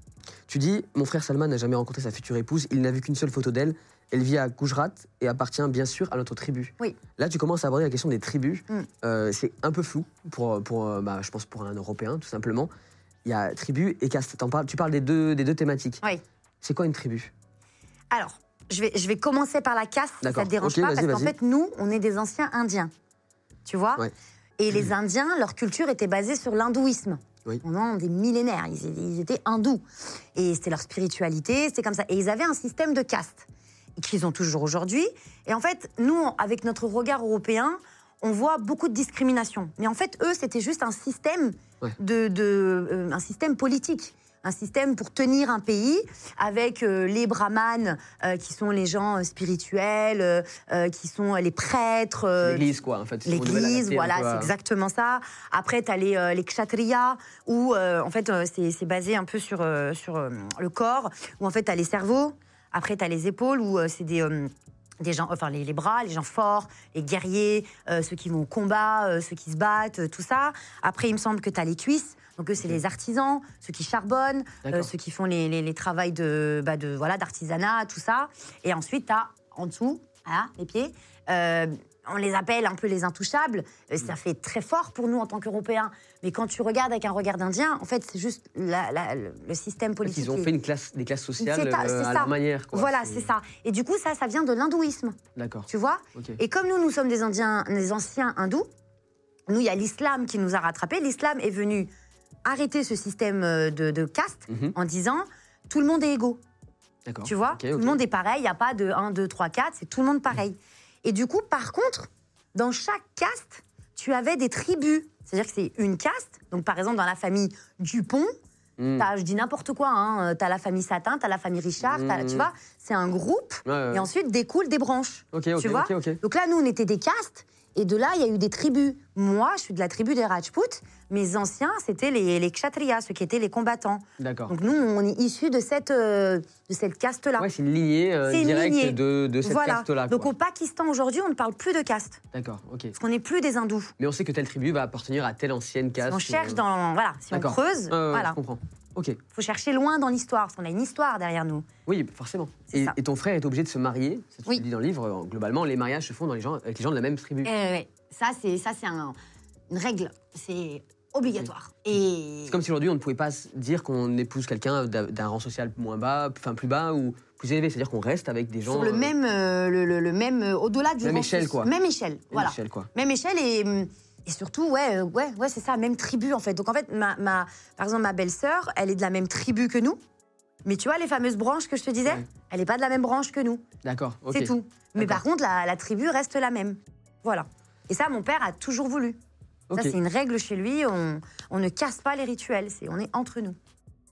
Tu dis, mon frère Salman n'a jamais rencontré sa future épouse. Il n'a vu qu'une seule photo d'elle. Elle vit à Gujarat et appartient bien sûr à notre tribu. Oui. Là, tu commences à aborder la question des tribus. Mm. Euh, c'est un peu flou pour, pour euh, bah, je pense, pour un Européen, tout simplement. Il y a tribu et caste. T'en parles, tu parles des deux, des deux thématiques. Oui. C'est quoi une tribu? Alors, je vais, je vais commencer par la caste, si ça D'accord. te dérange Ok, pas, vas-y, parce qu'en vas-y. fait, nous, on est des anciens Indiens. Tu vois? Ouais. Et les Indiens, leur culture était basée sur l'hindouisme. Oui. Pendant des millénaires, ils, ils étaient hindous. Et c'était leur spiritualité, c'était comme ça. Et ils avaient un système de caste qu'ils ont toujours aujourd'hui. Et en fait, nous, avec notre regard européen, on voit beaucoup de discrimination. Mais en fait, eux, c'était juste un système, Ouais. de, de, euh, un système politique. Un système pour tenir un pays avec euh, les brahmanes, euh, qui sont les gens euh, spirituels, euh, euh, qui sont les prêtres. euh, L'église, quoi, en fait. Si on devait L'église, l'adapter un voilà, peu à- c'est exactement ça. Après, tu as les, euh, les kshatriyas, où, euh, en fait, euh, c'est c'est basé un peu sur, euh, sur euh, le corps, où, en fait, tu as les cerveaux. Après, tu as les épaules, où euh, c'est des... euh, des gens, enfin les, les bras, les gens forts, les guerriers, euh, ceux qui vont au combat, euh, ceux qui se battent, euh, tout ça. Après, il me semble que tu as les cuisses. Donc eux, c'est les artisans, ceux qui charbonnent, euh, D'accord. ceux qui font les, les, les travails de, bah, de voilà d'artisanat, tout ça. Et ensuite, tu as en dessous, voilà, les pieds. Euh, on les appelle un peu les intouchables. Euh, Ça fait très fort pour nous en tant qu'Européens. Mais quand tu regardes avec un regard d'Indien, en fait, c'est juste la- la- le le système En fait, politique. ils ont qui- fait une classe, des classes sociales C'est ta- euh, c'est à ça. leur manière. Quoi. Voilà, c'est ça. Et du coup, ça, ça vient de l'hindouisme, D'accord. tu vois. Ok. Et comme nous, nous sommes des Indiens, des anciens hindous, nous, il y a l'islam qui nous a rattrapés. L'islam est venu arrêter ce système euh, de, de caste Mhm. en disant tout le monde est égaux. D'accord. Tu vois, Ok, tout ok. le monde est pareil, il n'y a pas de un, deux, trois, quatre, c'est tout le monde pareil. Et du coup, par contre, dans chaque caste, tu avais des tribus. C'est-à-dire que c'est une caste. Donc, par exemple, dans la famille Dupont, Mm. t'as, je dis n'importe quoi, hein, tu as la famille Satin, tu as la famille Richard, t'as- Mm. tu vois, c'est un groupe. Ouais, ouais, ouais. Et ensuite, découlent des branches. Ok, ok, tu vois ok, ok. Donc là, nous, on était des castes. Et de là, il y a eu des tribus. Moi, je suis de la tribu des Rajputs. Mes anciens, c'était les, les Kshatriyas, ceux qui étaient les combattants. D'accord. Donc nous, on est issus de cette, euh, de cette caste-là. Ouais, c'est une lignée euh, C'est une directe lignée. de, de cette Voilà. caste-là. Donc quoi. au Pakistan, aujourd'hui, on ne parle plus de caste. D'accord, ok. Parce qu'on n'est plus des hindous. Mais on sait que telle tribu va appartenir à telle ancienne caste. On cherche ou, euh, dans... Voilà, si on D'accord. creuse, Ouais, ouais, voilà. Je comprends. Ok. Il faut chercher loin dans l'histoire, parce qu'on a une histoire derrière nous. Oui, forcément. C'est Et, ça. et ton frère est obligé de se marier. Ça, tu Oui. le dis dans le livre. euh, Globalement, les mariages se font dans les gens, avec les gens de la même tribu. Eh ouais, ça, c'est, ça, c'est un- une règle. C'est obligatoire. Et... C'est comme si aujourd'hui on ne pouvait pas se dire qu'on épouse quelqu'un d'un d'un rang social moins bas, enfin plus bas ou plus élevé. C'est-à-dire qu'on reste avec des gens. Sur le euh, même, euh, le, le- le même euh, au-delà du Même rang échelle, soci- quoi. Même échelle, même voilà. échelle, quoi. Même échelle et, hum, et surtout, ouais, euh, ouais, ouais, c'est ça, même tribu en fait. Donc en fait, ma, ma, par exemple, ma belle-sœur, elle est de la même tribu que nous. Mais tu vois, les fameuses branches que je te disais, Ouais. elle n'est pas de la même branche que nous. D'accord. ok. C'est tout. Mais D'accord. par contre, la, la tribu reste la même. Voilà. Et ça, mon père a toujours voulu. Ok. Ça, c'est une règle chez lui. On, on ne casse pas les rituels. C'est, on est entre nous.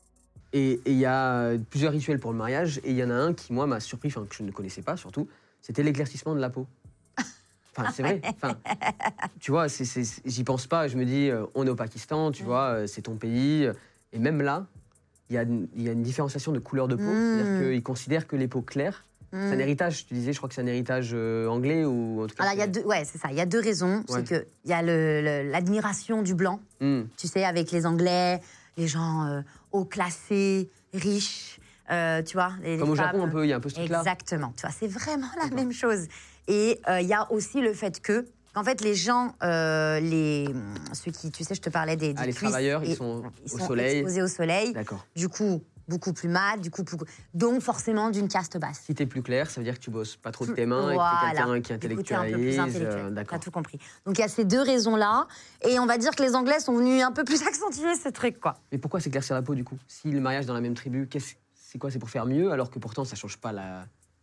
Et et il y a plusieurs rituels pour le mariage et il y en a un qui moi m'a surpris, enfin que je ne connaissais pas surtout, c'était l'éclaircissement de la peau. Enfin c'est vrai. Enfin, tu vois, c'est, c'est, c'est- j'y pense pas. Je me dis, euh, on est au Pakistan, tu vois, euh, c'est ton pays. euh, Et même là, il y a, une- il y a une différenciation de couleur de peau. Mm. C'est-à-dire qu'ils considèrent que les peaux claires, c'est un héritage. Tu disais, je crois que c'est un héritage euh, anglais ou en tout cas. Alors, il y a c'est- deux, ouais, c'est ça. Il y a deux raisons. Ouais. C'est que il y a le- le- l'admiration du blanc. Mm. Tu sais, avec les Anglais, les gens euh, haut classés, riches, Euh, tu vois, les, Comme les au femmes, Japon, un peu, il y a un peu ce truc-là. Exactement. Tu vois, c'est vraiment la même chose. Et il euh, y a aussi le fait que, en fait, les gens, euh, les, ceux qui, tu sais, je te parlais des, des ah, les cuisses, travailleurs, et, ils sont ils au sont soleil. exposés au soleil. D'accord. Du coup, beaucoup plus mat, du coup, beaucoup, donc forcément d'une caste basse. Si t'es plus clair, ça veut dire que tu bosses pas trop de tes mains Voilà. et que t'es quelqu'un qui Du intellectualise. coup, t'es un peu plus intellectuel. Euh, T'as d'accord. tout compris. Donc il y a ces deux raisons-là, et on va dire que les Anglais sont venus un peu plus accentuer ce truc, quoi. Mais pourquoi s'éclaircir la peau du coup? Si le mariage dans la même tribu, qu'est-ce, c'est quoi? C'est pour faire mieux, alors que pourtant ça change pas la,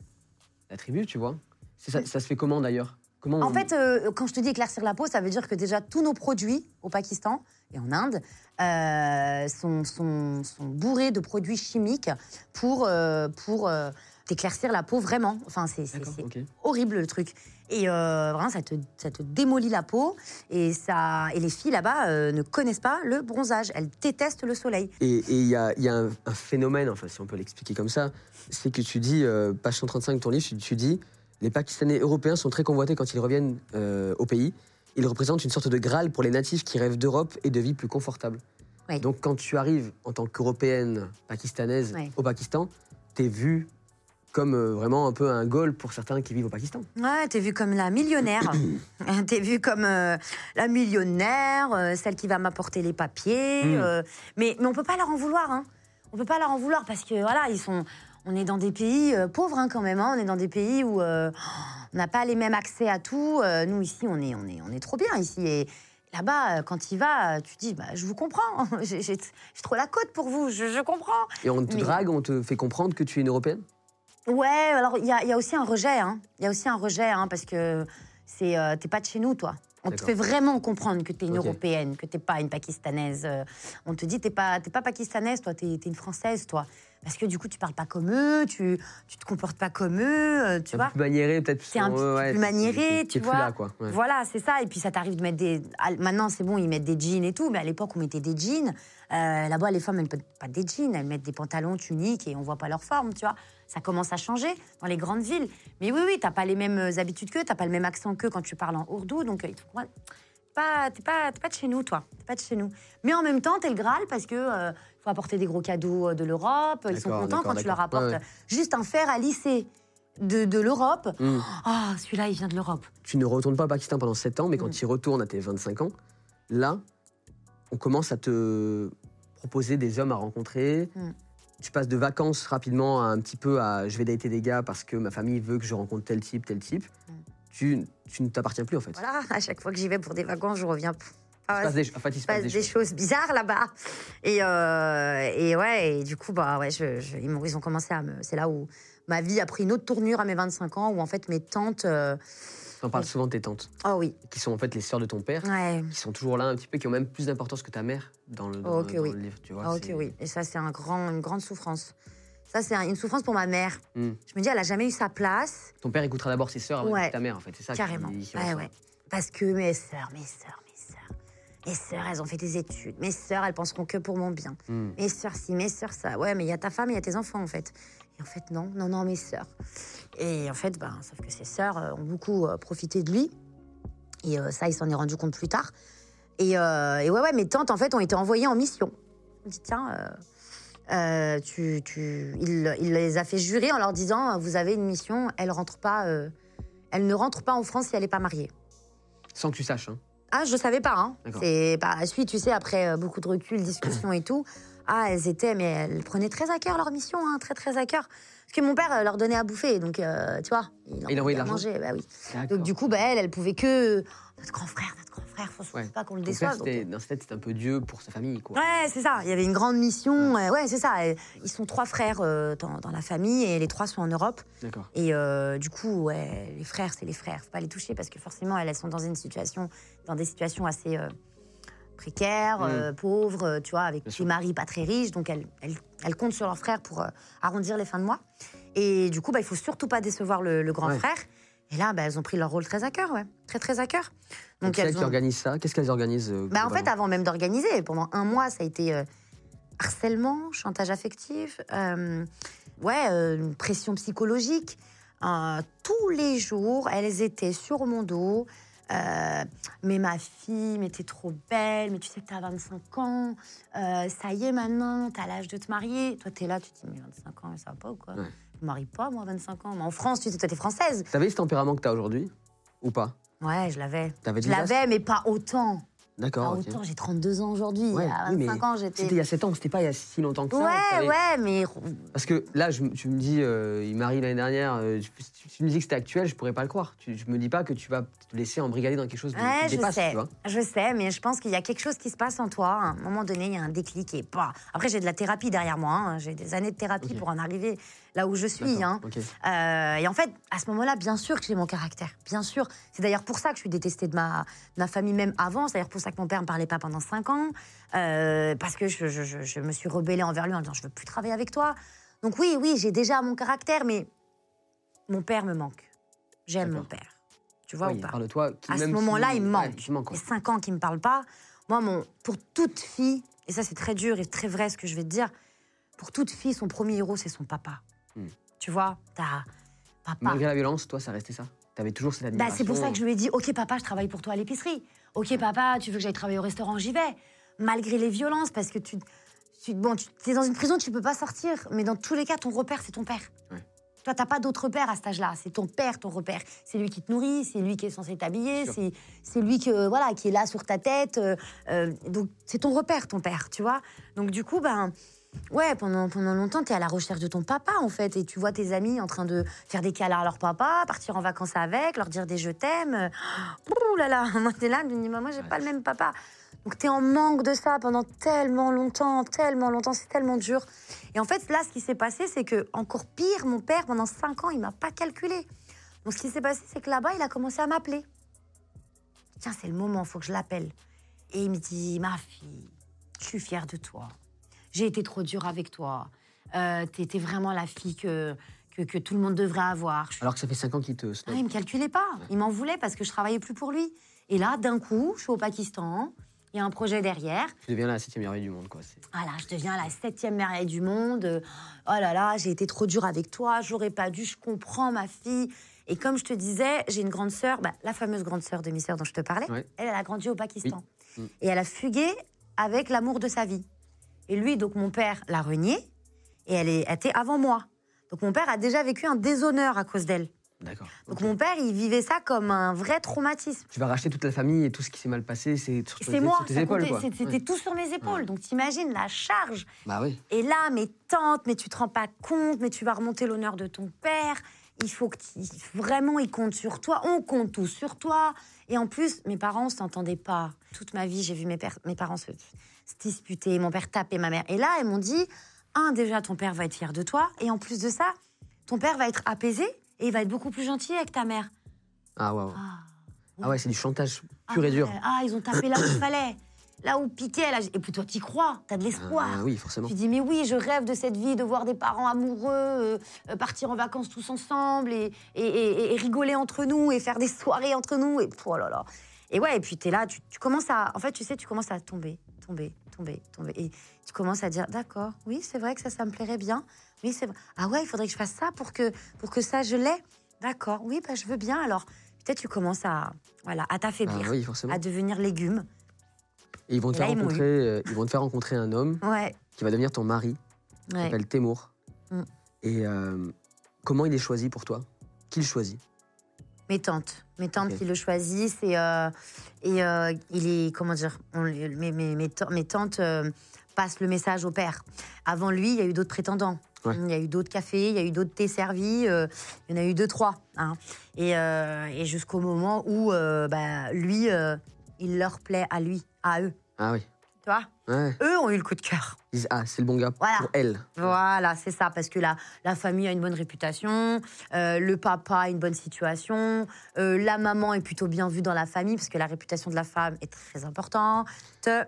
la tribu, tu vois? C'est ça, ça se fait comment d'ailleurs? Comment En on- fait, euh, quand je te dis éclaircir la peau, ça veut dire que déjà tous nos produits au Pakistan et en Inde euh, sont, sont, sont bourrés de produits chimiques pour, euh, pour euh, t'éclaircir la peau vraiment. Enfin, c'est, c'est, D'accord, c'est ok. horrible le truc. Et euh, vraiment, ça te, ça te démolit la peau. Et, ça, et les filles là-bas euh, ne connaissent pas le bronzage. Elles détestent le soleil. Et il y a, y a un, un phénomène, enfin si on peut l'expliquer comme ça, c'est que tu dis, euh, page cent trente-cinq de ton livre, tu, tu dis les Pakistanais européens sont très convoités quand ils reviennent euh, au pays. Ils représentent une sorte de Graal pour les natifs qui rêvent d'Europe et de vie plus confortable. Oui. Donc quand tu arrives en tant qu'Européenne pakistanaise Oui. au Pakistan, t'es vue comme euh, vraiment un peu un goal pour certains qui vivent au Pakistan. Ouais, t'es vue comme la millionnaire. T'es vue comme euh, la millionnaire, euh, celle qui va m'apporter les papiers. Mm. euh, mais, mais on peut pas leur en vouloir, hein. On peut pas leur en vouloir parce que voilà, ils sont. On est dans des pays euh, pauvres hein, quand même. Hein. On est dans des pays où euh, on n'a pas les mêmes accès à tout. Euh, nous ici, on est, on est, on est trop bien ici. Et là-bas, euh, quand tu y vas, tu dis, bah, je vous comprends. j'ai, j'ai, j'ai trop la côte pour vous. Je, je comprends. Et on te Mais- drague, on te fait comprendre que tu es une Européenne? Ouais, alors il y a, il y a aussi un rejet, hein. Il y a aussi un rejet, hein, parce que c'est, euh, t'es pas de chez nous, toi. On te D'accord. fait vraiment comprendre que t'es une Ok. Européenne, que t'es pas une Pakistanaise. Euh, on te dit, t'es pas, t'es pas Pakistanaise, toi, t'es, t'es une Française, toi. Parce que du coup, tu parles pas comme eux, tu, tu te comportes pas comme eux, euh, tu Un vois. peu plus maniéré, peut-être. C'est un petit ouais, peu ouais, plus c'est- maniéré, c'est- tu c'est plus vois. là, quoi. Ouais. Voilà, c'est ça. Et puis ça t'arrive de mettre des. ah, Maintenant, c'est bon, ils mettent des jeans et tout, mais à l'époque, on mettait des jeans. Euh, là-bas, les femmes, elles ne mettent pas des jeans, elles mettent des pantalons, tuniques et on voit pas leur forme, tu vois. Ça commence à changer dans les grandes villes. Mais oui, oui, t'as pas les mêmes habitudes qu'eux, t'as pas le même accent qu'eux quand tu parles en ourdou, donc euh, il faut comprendre. Pas, t'es pas, t'es pas de chez nous, toi. T'es pas de chez nous. Mais en même temps, t'es le Graal parce que euh, faut apporter des gros cadeaux de l'Europe. Ils sont D'accord, contents quand d'accord, tu leur d'accord. apportes Ouais, ouais. juste un fer à lisser de, de l'Europe. Mm. Ah, celui-là, il vient de l'Europe. Tu ne retournes pas au Pakistan pendant sept ans, mais quand Mm. tu y retournes à tes vingt-cinq ans, là, on commence à te proposer des hommes à rencontrer. Mm. Tu passes de vacances rapidement à un petit peu à je vais dater des gars parce que ma famille veut que je rencontre tel type, tel type. Mm. Tu, tu ne t'appartiens plus en fait. Voilà, à chaque fois que j'y vais pour des vacances, je reviens. Ah, Il se passe des, en fait, il se il se passe passe des des choses. choses bizarres là-bas. Et, euh, et ouais, et du coup, bah ouais, je, je- ils, m'ont- ils ont commencé à me. C'est là où ma vie a pris une autre tournure à mes vingt-cinq ans, où en fait mes tantes. euh, On parle souvent de tes tantes, Oh oui, qui sont en fait les sœurs de ton père, ouais. qui sont toujours là un petit peu, qui ont même plus d'importance que ta mère dans le, dans, Oh, ok, dans oui. le livre. Tu vois, Ah, ok, c'est- oui. Et ça, c'est un grand, une grande souffrance. Ça, c'est un- une souffrance pour ma mère. Mm. Je me dis, elle a jamais eu sa place. Ton père écoutera d'abord ses sœurs avant Ouais. que ta mère, en fait. C'est ça qui- Carrément. qui Ouais, ressort. ouais. Parce que mes sœurs, mes sœurs, mes sœurs, mes sœurs, elles ont fait des études. Mes sœurs, elles penseront que pour mon bien. Mm. Mes sœurs, si, mes sœurs, ça. Ouais, mais il y a ta femme et il y a tes enfants, en fait. Et en fait, non, non, non, mes sœurs. Et en fait, ben, sauf que ses sœurs euh, ont beaucoup euh, profité de lui. Et euh, ça, il s'en est rendu compte plus tard. Et, euh, et ouais, ouais, mes tantes, en fait, ont été envoyées en mission. Je me dis, tiens, euh, euh, tu, tu... Il, il les a fait jurer en leur disant, vous avez une mission, elle rentre pas, euh, elle ne rentre pas en France si elle n'est pas mariée. Sans que tu saches, hein. Ah, je savais pas. Hein. D'accord. C'est par la suite, tu sais, après euh, beaucoup de recul, discussion et tout. Ah, elles étaient, mais elles prenaient très à cœur leur mission, hein, très très à cœur. Parce que mon père euh, leur donnait à bouffer, donc euh, tu vois, il, Il envoyait de à l'argent. manger, bah oui. D'accord. Donc du coup, bah elle, elle pouvait que notre grand frère, notre grand frère, faut surtout Ouais. pas qu'on le Ton père, déçoive. donc, c'était- dans sa tête, c'était un peu Dieu pour sa famille, quoi. Ouais, c'est ça. Il y avait une grande mission. euh, ouais, c'est ça. Et ils sont trois frères euh, dans, dans la famille et les trois sont en Europe. D'accord. Et euh, du coup, ouais, les frères, c'est les frères. Faut pas les toucher parce que forcément, elles, elles sont dans une situation, dans des situations assez euh, précaires, Mm. euh, pauvres, euh, tu vois, avec Bien des sûr. maris pas très riches. Donc elles, elles, elles comptent sur leurs frères pour euh, arrondir les fins de mois. Et du coup, bah, il faut surtout pas décevoir le, le grand Ouais. frère. Et là, bah, elles ont pris leur rôle très à cœur, ouais, très très à cœur. Donc, c'est elle elles qui ont- organise ça. Qu'est-ce qu'elles organisent euh, bah, en fait, globalement avant même d'organiser, pendant un mois, ça a été euh, harcèlement, chantage affectif, euh, ouais, euh, une pression psychologique. Euh, tous les jours, elles étaient sur mon dos, Euh, mais ma fille, mais t'es trop belle, mais tu sais que t'as vingt-cinq ans, euh, ça y est maintenant, t'as l'âge de te marier. Toi, t'es là, tu te dis, mais vingt-cinq ans, ça va pas ou quoi? Ouais. Je me marie pas, moi, vingt-cinq ans. Mais en France, tu sais, toi, t'es française. T'avais ce tempérament que t'as aujourd'hui ou pas? Ouais, je l'avais. T'avais Je déjà l'avais, mais pas autant. D'accord. Pas ok. autant, j'ai trente-deux ans aujourd'hui. Ouais, à oui, mais vingt-cinq ans, j'étais. C'était il y a sept ans, c'était pas il y a si longtemps que ça. Ouais, T'avais- ouais, mais. Parce que là, je, tu me dis, euh, il marie l'année dernière, euh, tu, tu me dis que c'était actuel, je pourrais pas le croire. Tu, je me dis pas que tu vas te laisser embrigader dans quelque chose de, Ouais, qui te je dépasse, sais. tu vois. Je sais, mais je pense qu'il y a quelque chose qui se passe en toi. À un moment donné, il y a un déclic et pas. Après, j'ai de la thérapie derrière moi. Hein. J'ai des années de thérapie Ok. pour en arriver là où je suis. D'accord, Hein. ok. Euh, et en fait, à ce moment-là, bien sûr que j'ai mon caractère. Bien sûr. C'est d'ailleurs pour ça que je suis détestée de ma, de ma famille, même avant. C'est d'ailleurs pour ça que mon père ne me parlait pas pendant cinq ans. Euh, parce que je, je, je, je me suis rebellée envers lui en disant je veux plus travailler avec toi. Donc oui, oui, j'ai déjà mon caractère, mais mon père me manque. J'aime mon D'accord. père. Tu vois Ouais, ou il pas? parle de toi. Qui, À ce même moment-là, si- il me ouais, manque. il te manque, Les quoi. cinq ans qu'il me parle pas. Moi, mon, pour toute fille, et ça c'est très dur et très vrai ce que je vais te dire, pour toute fille, son premier héros, c'est son papa. Hmm. Tu vois, t'as papa. Malgré la violence, toi, ça restait ça. T'avais toujours cette Bah, admiration. c'est pour ça que je lui ai dit, ok papa, je travaille pour toi à l'épicerie. Ok papa, tu veux que j'aille travailler au restaurant, j'y vais. Malgré les violences, parce que tu, tu bon, tu es dans une prison, tu peux pas sortir, mais dans tous les cas, ton repère, c'est ton père. Ouais. Toi, t'as pas d'autre repère à cet âge-là. C'est ton père, ton repère. C'est lui qui te nourrit, c'est lui qui est censé t'habiller, Sûr. c'est c'est lui que voilà qui est là sur ta tête. euh, euh, donc c'est ton repère, ton père, tu vois. Donc du coup, ben ouais, pendant pendant longtemps, t'es à la recherche de ton papa en fait, et tu vois tes amis en train de faire des câlins à leur papa, partir en vacances avec, leur dire des je t'aime. Ouh là là, moi t'es là, tu me dis moi j'ai pas le même papa. Donc t'es en manque de ça pendant tellement longtemps, tellement longtemps, c'est tellement dur. Et en fait, là, ce qui s'est passé, c'est que, encore pire, mon père, pendant cinq ans, il m'a pas calculé. Donc ce qui s'est passé, c'est que là-bas, il a commencé à m'appeler. Tiens, c'est le moment, faut que je l'appelle. Et il me dit, ma fille, je suis fière de toi. J'ai été trop dure avec toi. Euh, T'étais vraiment la fille que, que, que tout le monde devrait avoir. Je suis- Alors que ça fait cinq ans qu'il te Ah, snob. il me calculait pas. Il m'en voulait parce que je travaillais plus pour lui. Et là, d'un coup, je suis au Pakistan. Il y a un projet derrière. Tu deviens la septième merveille du monde, quoi. C'est- Voilà, je deviens la septième merveille du monde. Oh là là, j'ai été trop dure avec toi. J'aurais pas dû. Je comprends, ma fille. Et comme je te disais, j'ai une grande sœur, bah, la fameuse grande sœur de demi-sœur dont je te parlais. Ouais. Elle, elle a grandi au Pakistan. Oui. Mm. Et elle a fugué avec l'amour de sa vie. Et lui, donc mon père, l'a reniée. Et elle est- elle était avant moi. Donc mon père a déjà vécu un déshonneur à cause d'elle. D'accord. Donc ok. mon père, il vivait ça comme un vrai traumatisme. Tu vas racheter toute la famille et tout ce qui s'est mal passé, c'est sur, C'est moi, sur tes ça épaules, comptait, quoi. c'est- c'était Ouais. tout sur mes épaules. Ouais. Donc t'imagines la charge. Bah oui. Et là, mes tantes, mais tu te rends pas compte, mais tu vas remonter l'honneur de ton père. Il faut que tu- vraiment, il compte sur toi. On compte tous sur toi. Et en plus, mes parents s'entendaient pas. Toute ma vie, j'ai vu mes, pères- mes parents se, se disputer. Mon père taper ma mère. Et là, elles m'ont dit, un, déjà, ton père va être fier de toi. Et en plus de ça, ton père va être apaisé et il va être beaucoup plus gentil avec ta mère. Ah, ouais, ouais. Ah, Ah ouais, c'est du chantage pur ah et dur. ouais. Ah, ils ont tapé là où il fallait. Là où piquait. Là, et puis toi, t'y crois. T'as de l'espoir. Ah, oui, forcément. Tu dis, mais oui, je rêve de cette vie, de voir des parents amoureux, euh, euh, partir en vacances tous ensemble et, et, et- et rigoler entre nous et faire des soirées entre nous. Et, oh là là. Et ouais, et puis t'es là, tu, tu commences à... En fait, tu sais, tu commences à tomber, tomber, tomber, tomber. Et tu commences à dire, d'accord, oui, c'est vrai que ça, ça me plairait bien. Oui, c'est vrai. Ah ouais, il faudrait que je fasse ça pour que, pour que ça, je l'ai. D'accord, oui, bah, je veux bien. Alors, peut-être tu commences à, voilà, à t'affaiblir, Ah oui, forcément. à devenir légume. Et ils vont te Et faire là, ils m'ont rencontrer, euh, ils vont te faire rencontrer un homme Ouais. qui va devenir ton mari, qui ouais. s'appelle Témour. Mm. Et euh, comment il est choisi pour toi? Qui le choisit? Mes tantes, mes tantes Ok. qui le choisissent et, euh, et euh, il est, comment dire, on- mes, mes, mes, ta- mes tantes euh, passent le message au père. Avant lui, il y a eu d'autres prétendants. Ouais. Il y a eu d'autres cafés, il y a eu d'autres thés servis, euh, il y en a eu deux, trois. Hein. Et, euh, et jusqu'au moment où euh, bah, lui, euh, il leur plaît à lui, à eux. Ah oui. Tu vois? Ouais. Eux ont eu le coup de cœur. Ils disent, ah, c'est le bon gars Voilà. pour elle. Voilà, c'est ça, parce que la, la famille a une bonne réputation, euh, le papa a une bonne situation, euh, la maman est plutôt bien vue dans la famille, parce que la réputation de la femme est très importante. Ouais.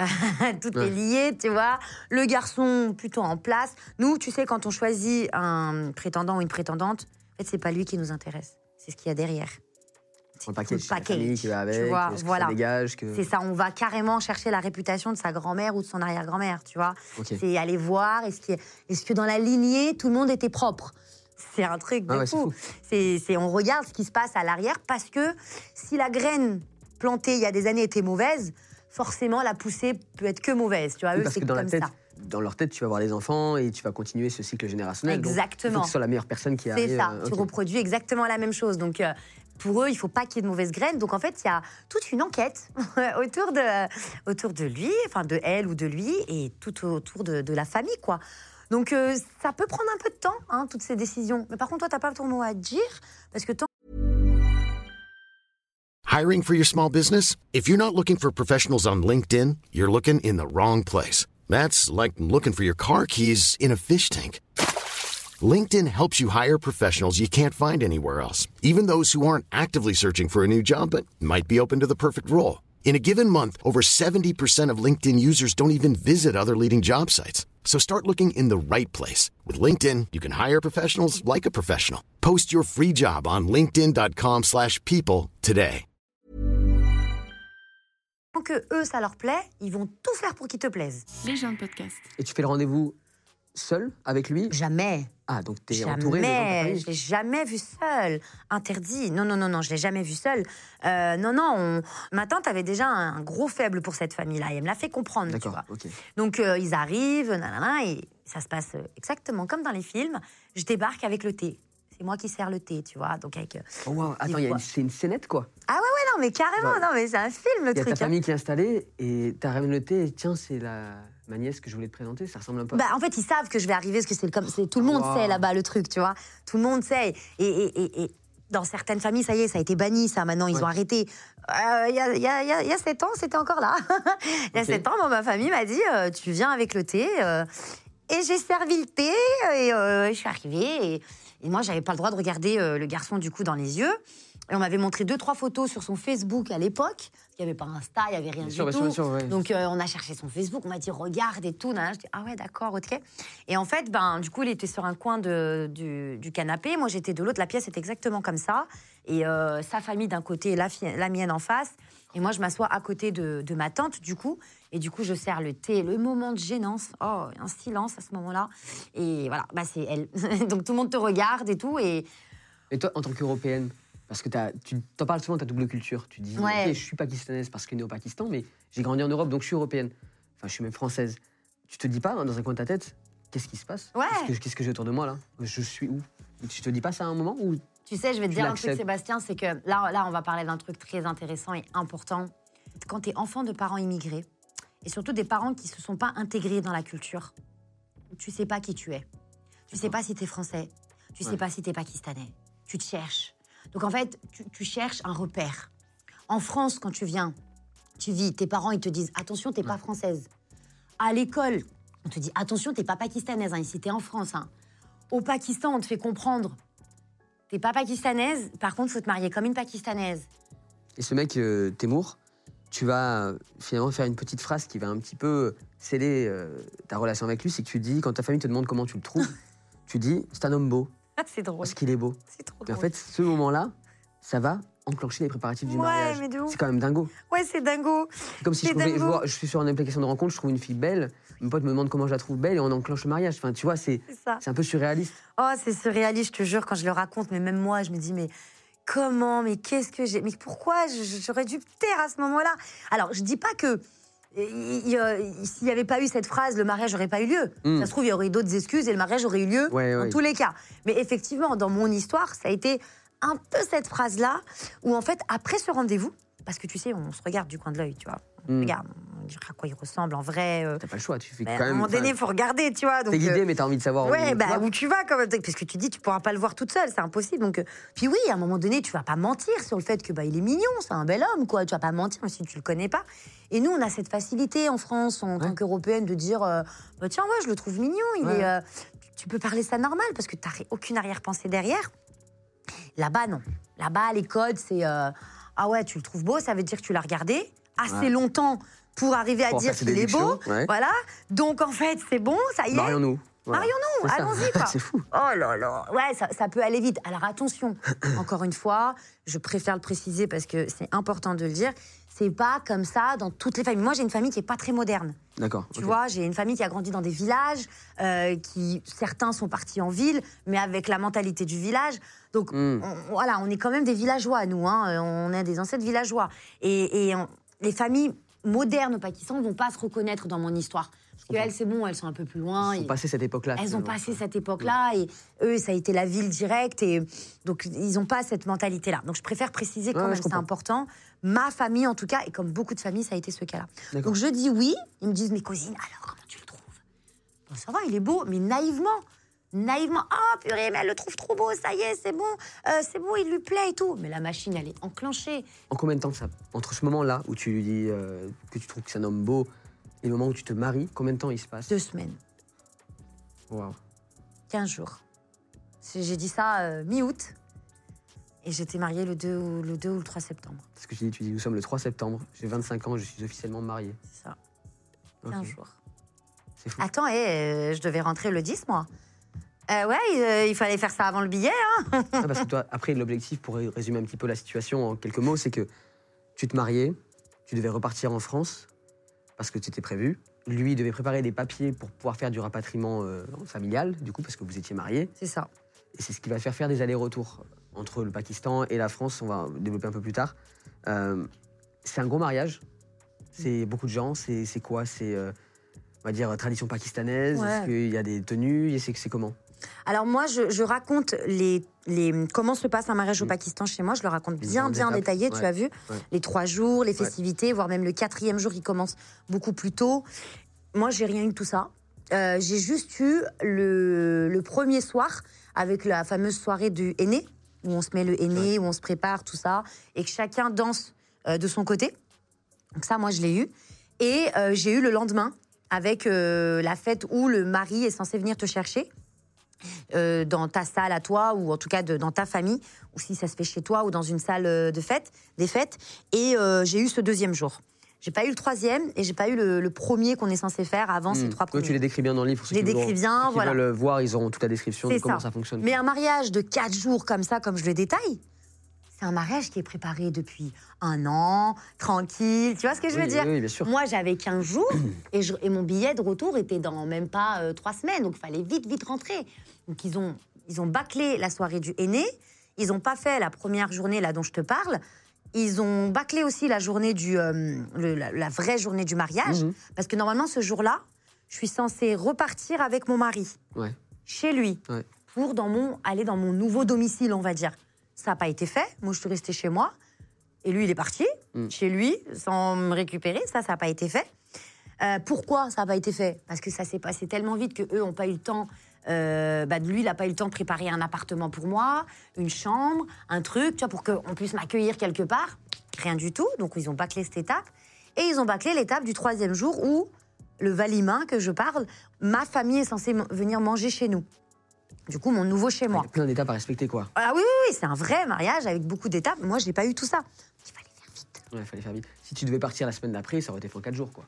Tout Ouais. est lié, tu vois. Le garçon plutôt en place. Nous, tu sais, quand on choisit un prétendant ou une prétendante, en fait, c'est pas lui qui nous intéresse, c'est ce qu'il y a derrière. Pour le package, Tout le c'est la famille qui va avec, vois, ce que voilà. ça dégage. Que... C'est ça, on va carrément chercher la réputation de sa grand-mère ou de son arrière-grand-mère, tu vois. Ok. C'est aller voir, est-ce que, est-ce que dans la lignée, tout le monde était propre? C'est un truc de Ah ouais, fou. c'est fou. C'est, c'est, on regarde ce qui se passe à l'arrière parce que si la graine plantée il y a des années était mauvaise, forcément la poussée peut être que mauvaise. Tu vois, Oui, eux, parce c'est que dans comme la tête, ça. dans leur tête, tu vas avoir des enfants et tu vas continuer ce cycle générationnel. Donc, il Exactement. faut que tu sois la meilleure personne qui C'est arrive. ça, euh, tu ok. reproduis exactement la même chose. Donc, euh, pour eux, il ne faut pas qu'il y ait de mauvaises graines. Donc, en fait, il y a toute une enquête autour de, autour de lui, enfin de elle ou de lui, et tout autour de, de la famille, quoi. Donc, euh, ça peut prendre un peu de temps, hein, toutes ces décisions. Mais par contre, toi, tu n'as pas ton mot à dire, parce que tant Hiring for your small business? If you're not looking for professionals on LinkedIn, you're looking in the wrong place. That's like looking for your car keys in a fish tank. LinkedIn helps you hire professionals you can't find anywhere else, even those who aren't actively searching for a new job but might be open to the perfect role. In a given month, over seventy percent of LinkedIn users don't even visit other leading job sites. So start looking in the right place. With LinkedIn, you can hire professionals like a professional. Post your free job on linkedin dot com slash people today. que eux, ça leur plaît, ils vont tout faire pour qu'ils te plaisent. Les gens de podcast. Et tu fais le rendez-vous seul avec lui? Jamais. Ah, donc t'es Jamais, entouré de gens de ta famille. je l'ai jamais vu seul. Interdit. Non, non, non, non, je l'ai jamais vu seul. Euh, non, non, on... ma tante avait déjà un gros faible pour cette famille-là. Et elle me l'a fait comprendre, tu vois. D'accord, ok. Donc, euh, ils arrivent, nanana, et ça se passe exactement comme dans les films. Je débarque avec le thé. C'est moi qui sers le thé, tu vois. Donc, avec... Oh, wow. Attends, il y a une- c'est une scénette, quoi. Ah ouais, ouais, non, mais carrément, Ouais. non, mais c'est un film, le Il y a truc. ta hein. famille qui est installée et t'as ramené le thé et tiens, c'est la... ma nièce que je voulais te présenter, ça ressemble un peu à... Bah, en fait, ils savent que je vais arriver parce que c'est comme c'est tout le monde Wow. sait là-bas le truc, tu vois. Tout le monde sait. Et, et, et, et dans certaines familles, ça y est, ça a été banni, ça. Maintenant, ils Ouais. ont arrêté. Euh, Il y, a, il y, a, il y a- il y a sept ans, c'était encore là. Il y a Ok. sept ans, moi, ma famille m'a dit euh, tu viens avec le thé. euh, et j'ai servi le thé et euh, je suis arrivée. Et, et moi, j'avais pas le droit de regarder euh, le garçon du coup dans les yeux. Et on m'avait montré deux, trois photos sur son Facebook à l'époque. Il n'y avait pas Insta, il n'y avait rien Bien du sûr, bien tout. sûr, bien sûr, ouais. Donc, euh, on a cherché son Facebook, on m'a dit regarde et tout. Nanana. Je dis ah ouais, d'accord, ok. Et en fait, ben, du coup, il était sur un coin de, du, du canapé. Moi, j'étais de l'autre. La pièce était exactement comme ça. Et euh, sa famille d'un côté et la, fi- la mienne en face. Et moi, je m'assois à côté de, de ma tante, du coup. Et du coup, je sers le thé. Le moment de gênance. Oh, un silence à ce moment-là. Et voilà, bah, c'est elle. Donc, tout le monde te regarde et tout. Et Et toi, en tant qu'Européenne, parce que t'as- tu t'en parles souvent de ta double culture, tu dis, Ouais. ok, je suis pakistanaise parce que né au Pakistan, mais j'ai grandi en Europe, donc je suis européenne. Enfin, je suis même française. Tu te dis pas, hein, dans un coin de ta tête, qu'est-ce qui se passe? Ouais. Qu'est-ce que, qu'est-ce que j'ai autour de moi, là? Je suis où? Tu te dis pas ça à un moment ou... tu sais, je vais te Tu dire un truc, l'acceptes. Sébastien, c'est que là, là, on va parler d'un truc très intéressant et important. Quand tu es enfant de parents immigrés, et surtout des parents qui ne se sont pas intégrés dans la culture, tu sais pas qui tu es. Tu sais pas si tu es français. Tu sais Ouais. pas si tu es pakistanais. Tu te cherches. Donc en fait, tu, tu cherches un repère. En France, quand tu viens, tu vis, tes parents, ils te disent attention, t'es pas française. À l'école, on te dit attention, t'es pas pakistanaise. Hein, ici, t'es en France. Hein. Au Pakistan, on te fait comprendre t'es pas pakistanaise, par contre, faut te marier comme une pakistanaise. Et ce mec, euh, Temour, tu vas euh, finalement faire une petite phrase qui va un petit peu sceller euh, ta relation avec lui, c'est que tu dis, quand ta famille te demande comment tu le trouves, tu dis, c'est un homme beau, Ah, c'est drôle. parce qu'il est beau. C'est trop Mais en drôle. fait, ce moment-là, ça va enclencher les préparatifs du Ouais, mariage. mais de ouf. C'est quand même dingo. Ouais, c'est dingo. C'est comme si je, C'est trouvais- je, dingo. vois- je suis sur une application de rencontre, je trouve une fille belle, mon pote me demande comment je la trouve belle et on enclenche le mariage. Enfin, tu vois, c'est C'est ça. c'est un peu surréaliste. Oh, c'est surréaliste, je te jure, quand je le raconte, mais même moi, je me dis, mais comment, mais qu'est-ce que j'ai, mais pourquoi je- j'aurais dû me taire à ce moment-là? Alors, je dis pas que il- il- euh, s'il n'y avait pas eu cette phrase, le mariage n'aurait pas eu lieu. Mm. Ça se trouve, il y aurait eu d'autres excuses et le mariage aurait eu lieu Ouais, dans ouais. tous les cas. Mais effectivement, dans mon histoire, ça a été un peu cette phrase-là, où en fait, après ce rendez-vous, parce que tu sais, on se regarde du coin de l'œil, tu vois. On Mm. regarde, on dirait à quoi il ressemble en vrai. euh, T'as pas le choix, tu fais mais quand à un même. moment donné, il enfin, faut regarder, tu vois. donc, T'es guidé, euh, mais t'as envie de savoir. Ouais, où, tu bah, vas. où tu vas quand même. Parce que tu te dis, tu pourras pas le voir toute seule, c'est impossible. Donc, euh, puis oui, à un moment donné, tu vas pas mentir sur le fait que bah, il est mignon, c'est un bel homme, quoi. Tu vas pas mentir même si tu le connais pas. Et nous, on a cette facilité en France, en tant Ouais. qu'Européenne, de dire, euh, bah, tiens, ouais, je le trouve mignon. Il Ouais. est, euh, tu peux parler ça normal parce que t'as aucune arrière-pensée derrière. Là-bas, non. Là-bas, les codes, c'est euh, ah ouais, tu le trouves beau, ça veut dire que tu l'as regardé assez Ouais. longtemps pour arriver à Pour dire faire ses qu'il est beau. déductions, ouais. Voilà. Donc en fait, c'est bon, ça y est. Marions-nous. Voilà. Marions-nous, C'est ça. allons-y, quoi. C'est fou. Oh là là, ouais, ça, ça peut aller vite. Alors attention, encore une fois, je préfère le préciser parce que c'est important de le dire, c'est pas comme ça dans toutes les familles. Moi, j'ai une famille qui est pas très moderne. D'accord. Tu okay. vois, j'ai une famille qui a grandi dans des villages, euh, qui certains sont partis en ville, mais avec la mentalité du village. Donc mm. on, voilà, on est quand même des villageois, nous. Hein, on est des ancêtres villageois. Et, et on, les familles modernes au Pakistan ne vont pas se reconnaître dans mon histoire. Parce qu'elles, c'est bon, elles sont un peu plus loin. Elles ont et... passé cette époque-là. Elles ont passé cette époque-là. Et eux, ça a été la ville directe. Et donc, ils n'ont pas cette mentalité-là. Donc, je préfère préciser quand ouais, même, c'est important. Ma famille, en tout cas, et comme beaucoup de familles, ça a été ce cas-là. D'accord. Donc, je dis oui. Ils me disent, mes cousines, alors, comment tu le trouves? Bon, ça va, il est beau, mais naïvement. Naïvement, oh purée, mais elle le trouve trop beau, ça y est, c'est bon, euh, c'est bon, il lui plaît et tout. Mais la machine, elle est enclenchée. En combien de temps ça? Entre ce moment-là où tu lui dis euh, que tu trouves que c'est un homme beau et le moment où tu te maries, combien de temps il se passe? Deux semaines. Waouh. Quinze jours. J'ai dit ça euh, mi-août et j'étais mariée le deux, ou, le deux ou le trois septembre. C'est ce que tu dis, tu dis, nous sommes le trois septembre, j'ai vingt-cinq ans, je suis officiellement mariée. C'est ça. quinze okay. jours. C'est fou. Attends, hey, euh, je devais rentrer le dix, moi. Euh, ouais, euh, il fallait faire ça avant le billet. Hein. Ah, parce que toi, après, l'objectif, pour résumer un petit peu la situation en quelques mots, c'est que tu te mariais, tu devais repartir en France parce que tu étais prévu. Lui devait préparer des papiers pour pouvoir faire du rapatriement euh, familial, du coup, parce que vous étiez mariés. C'est ça. Et c'est ce qui va faire faire des allers-retours entre le Pakistan et la France. On va développer un peu plus tard. Euh, c'est un gros mariage. C'est beaucoup de gens. C'est, c'est quoi? C'est, euh, on va dire, tradition pakistanaise. Ouais. Est-ce qu'il y a des tenues? C'est, c'est comment? Alors moi, je, je raconte les, les, comment se passe un mariage mmh. au Pakistan chez moi. Je le raconte bien, bien étapes. détaillé, ouais. tu as vu. Ouais. Les trois jours, les festivités, ouais. voire même le quatrième jour, il commence beaucoup plus tôt. Moi, j'ai rien eu de tout ça. Euh, j'ai juste eu le, le premier soir, avec la fameuse soirée du henné, où on se met le henné, ouais. où on se prépare, tout ça, et que chacun danse euh, de son côté. Donc ça, moi, je l'ai eu. Et euh, j'ai eu le lendemain, avec euh, la fête où le mari est censé venir te chercher. Euh, dans ta salle à toi, ou en tout cas de, dans ta famille, ou si ça se fait chez toi, ou dans une salle de fête, des fêtes. Et euh, j'ai eu ce deuxième jour. J'ai pas eu le troisième, et j'ai pas eu le, le premier qu'on est censé faire avant mmh. ces trois premiers. Toi, tu les décris bien dans le livre. Pour ceux je les qui décris veulent, bien, ceux qui voilà. veulent voir, ils auront toute la description c'est de comment ça. ça fonctionne. Mais un mariage de quatre jours comme ça, comme je le détaille, c'est un mariage qui est préparé depuis un an, tranquille. Tu vois ce que je oui, veux dire? Oui, bien sûr. Moi, j'avais quinze jours et, je, et mon billet de retour était dans même pas euh, trois semaines. Donc, il fallait vite, vite rentrer. Donc, ils ont, ils ont bâclé la soirée du henné. Ils n'ont pas fait la première journée là dont je te parle. Ils ont bâclé aussi la journée du, euh, le, la, la vraie journée du mariage. Mmh. Parce que normalement, ce jour-là, je suis censée repartir avec mon mari. Ouais. Chez lui. Ouais. Pour dans mon, aller dans mon nouveau domicile, on va dire. Ça n'a pas été fait. Moi, je suis restée chez moi. Et lui, il est parti mm. chez lui sans me récupérer. Ça, ça n'a pas été fait. Euh, pourquoi ça n'a pas été fait? Parce que ça s'est passé tellement vite qu'eux n'ont pas eu le temps. Euh, bah, lui, il n'a pas eu le temps de préparer un appartement pour moi, une chambre, un truc, tu vois, pour qu'on puisse m'accueillir quelque part. Rien du tout. Donc, ils ont bâclé cette étape. Et ils ont bâclé l'étape du troisième jour où, le valima que je parle, ma famille est censée m- venir manger chez nous. Du coup, mon nouveau chez moi. Il y a plein d'étapes à respecter, quoi. Ah oui, oui, oui, c'est un vrai mariage avec beaucoup d'étapes. Moi, je n'ai pas eu tout ça. Il fallait faire vite. Ouais, il fallait faire vite. Si tu devais partir la semaine d'après, ça aurait été pour quatre jours, quoi.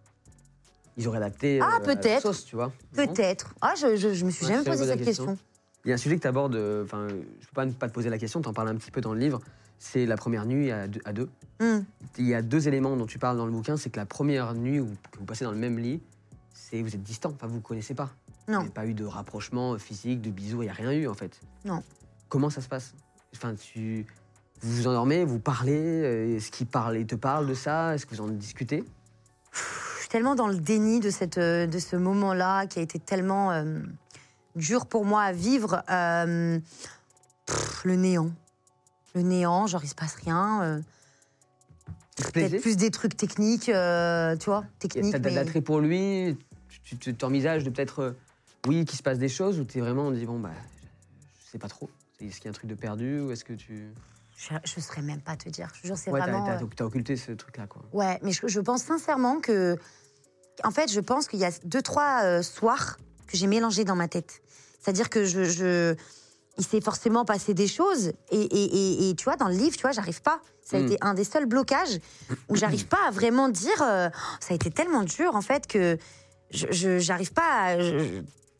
Ils auraient adapté ah, euh, peut-être. la sauce, tu vois. Peut-être. Ah, je, je, je me suis ouais, jamais posé cette question. question. Il y a un sujet que tu abordes, enfin, je ne peux pas ne pas te poser la question, tu en parles un petit peu dans le livre, c'est la première nuit à deux. À deux. Mm. Il y a deux éléments dont tu parles dans le bouquin, c'est que la première nuit où vous passez dans le même lit, c'est vous êtes distants, enfin, vous ne vous connaissez pas. Non. Il n'y a pas eu de rapprochement physique, de bisous, il n'y a rien eu en fait. Non. Comment ça se passe? Enfin, tu... Vous vous endormez, vous parlez, est-ce qu'il parle, il te parle de ça? Est-ce que vous en discutez? Je suis tellement dans le déni de, cette, de ce moment-là qui a été tellement euh, dur pour moi à vivre. Euh, pff, le néant. Le néant, genre il se passe rien. Euh, peut-être plus des trucs techniques, euh, tu vois, techniques. T'as de mais... l'attrait pour lui? Tu t'envisages de peut-être, euh, oui, qu'il se passe des choses, ou t'es vraiment, on dit, bon, bah, je, je sais pas trop. Est-ce qu'il y a un truc de perdu, ou est-ce que tu... Je, je saurais même pas te dire. Je te jure, c'est ouais, vraiment... T'as, t'as, t'as occulté ce truc-là, quoi. Ouais, mais je, je pense sincèrement que... En fait, je pense qu'il y a deux, trois euh, soirs que j'ai mélangés dans ma tête. C'est-à-dire que je... je... Il s'est forcément passé des choses, et, et, et, et tu vois, dans le livre, tu vois, j'arrive pas. Ça a mm. été un des seuls blocages où j'arrive pas à vraiment dire... Euh, ça a été tellement dur, en fait, que... Je, je, j'arrive pas à... Je,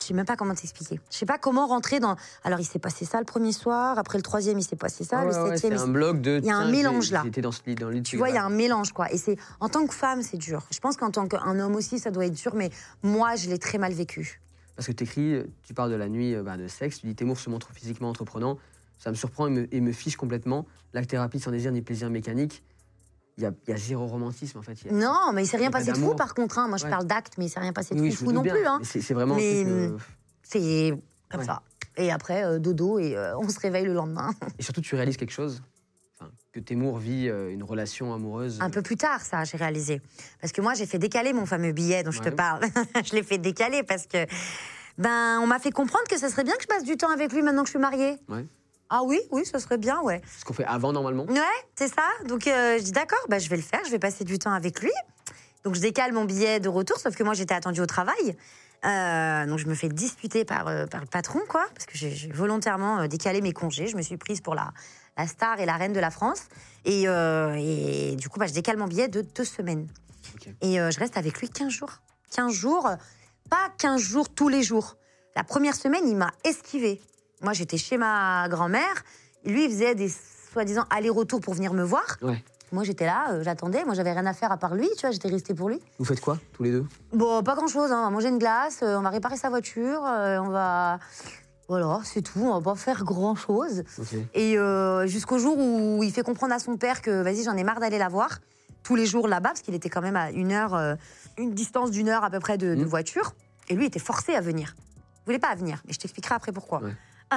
Je sais même pas comment t'expliquer. Je sais pas comment rentrer dans. Alors, il s'est passé ça le premier soir, après le troisième, il s'est passé ça, Ouais, le ouais, septième. c'est il... un bloc de. Il y a un tiens, mélange j'ai- là. J'étais dans ce lit, dans le lit. Tu vois, il y a un mélange, quoi. Et c'est en tant que femme, c'est dur. Je pense qu'en tant qu'un homme aussi, ça doit être dur, mais moi, je l'ai très mal vécu. Parce que tu écris, tu parles de la nuit bah, de sexe, tu dis Témour se montre physiquement entreprenant. Ça me surprend et me, et me fiche complètement. L'acte thérapie sans désir ni plaisir mécanique. Il y a, il y a zéro romantisme en fait. Il y a- Non, mais il s'est rien Il y a pas passé de fou, d'amour. par contre. Hein. Moi, je Ouais. parle d'acte, mais il s'est rien passé de Oui, fou, je me fou doute non bien, plus. Hein. mais C'est c'est vraiment. Mais, un truc, euh, C'est comme Ouais. ça. Et après, euh, dodo, et euh, on se réveille le lendemain. Et surtout, tu réalises quelque chose, enfin, que Témour vit euh, une relation amoureuse. Un peu plus tard, ça, j'ai réalisé. Parce que moi, j'ai fait décaler mon fameux billet dont je te Ouais. parle. Je l'ai fait décaler parce que, ben, on m'a fait comprendre que ça serait bien que je passe du temps avec lui maintenant que je suis mariée. Ouais. Ah oui, oui, ça serait bien, ouais. Ce qu'on fait avant normalement. Ouais, c'est ça. Donc, euh, je dis d'accord, bah, je vais le faire, je vais passer du temps avec lui. Donc, je décale mon billet de retour, sauf que moi, j'étais attendue au travail. Euh, donc, je me fais disputer par, euh, par le patron, quoi, parce que j'ai j'ai volontairement euh, décalé mes congés. Je me suis prise pour la, la star et la reine de la France. Et, euh, et du coup, bah, je décale mon billet de deux semaines. Ok. Et euh, je reste avec lui quinze jours. quinze jours, euh, pas quinze jours tous les jours. La première semaine, il m'a esquivé. Moi, j'étais chez ma grand-mère. Lui, il faisait des soi-disant allers-retours pour venir me voir. Ouais. Moi, j'étais là, euh, j'attendais. Moi, j'avais rien à faire à part lui, tu vois, j'étais restée pour lui. Vous faites quoi, tous les deux? Bon, pas grand-chose, hein. On va manger une glace, euh, on va réparer sa voiture, euh, on va... Voilà, c'est tout, on va pas faire grand-chose. Ok. Et euh, jusqu'au jour où il fait comprendre à son père que, vas-y, j'en ai marre d'aller la voir, tous les jours là-bas, parce qu'il était quand même à une heure, euh, une distance d'une heure à peu près de, de Mmh. voiture. Et lui était forcé à venir. Il voulait pas venir, mais je t'expliquerai après pourquoi. Ouais.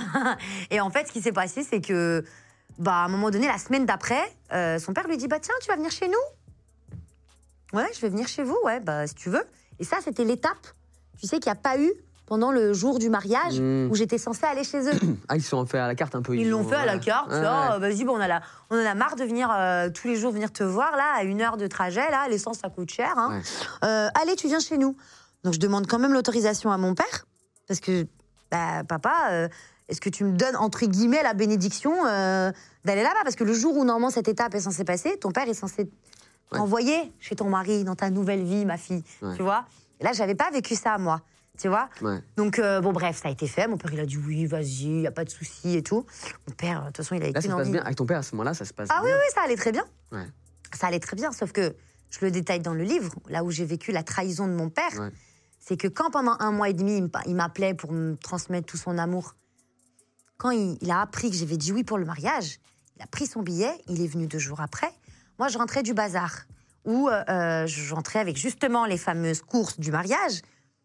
Et en fait, ce qui s'est passé, c'est que, bah, à un moment donné, la semaine d'après, euh, son père lui dit, bah tiens, tu vas venir chez nous? Ouais, je vais venir chez vous, ouais, bah si tu veux. Et ça, c'était l'étape, tu sais, qu'il n'y a pas eu pendant le jour du mariage Mmh. où j'étais censée aller chez eux. Ah, ils se sont fait à la carte un peu. Ils l'ont ont- fait à la ouais. carte, Ouais, ça, ouais. vas-y, bon, on, a la, on en a marre de venir euh, tous les jours venir te voir, là, à une heure de trajet, là, l'essence, ça coûte cher. Hein. Ouais. Euh, allez, tu viens chez nous. Donc, je demande quand même l'autorisation à mon père, parce que, bah, papa, euh, est-ce que tu me donnes, entre guillemets, la bénédiction euh, d'aller là-bas? Parce que le jour où, normalement, cette étape est censée passer, ton père est censé Ouais. t'envoyer chez ton mari, dans ta nouvelle vie, ma fille, Ouais. tu vois. Et là, j'avais pas vécu ça, moi, tu vois. Ouais. Donc, euh, bon, bref, ça a été fait. Mon père, il a dit oui, vas-y, y a pas de souci et tout. Mon père, de toute façon, il avait Là, ça qu'une se passe envie. bien. Avec ton père, à ce moment-là, ça se passe Ah oui, bien. oui, ça allait très bien. Ouais. Ça allait très bien, sauf que je le détaille dans le livre, là où j'ai vécu la trahison de mon père. Ouais. C'est que quand pendant un mois et demi, il m- il m'appelait pour me transmettre tout son amour, quand il, il a appris que j'avais dit oui pour le mariage, il a pris son billet, il est venu deux jours après. Moi, je rentrais du bazar, où euh, euh, j'entrais avec justement les fameuses courses du mariage.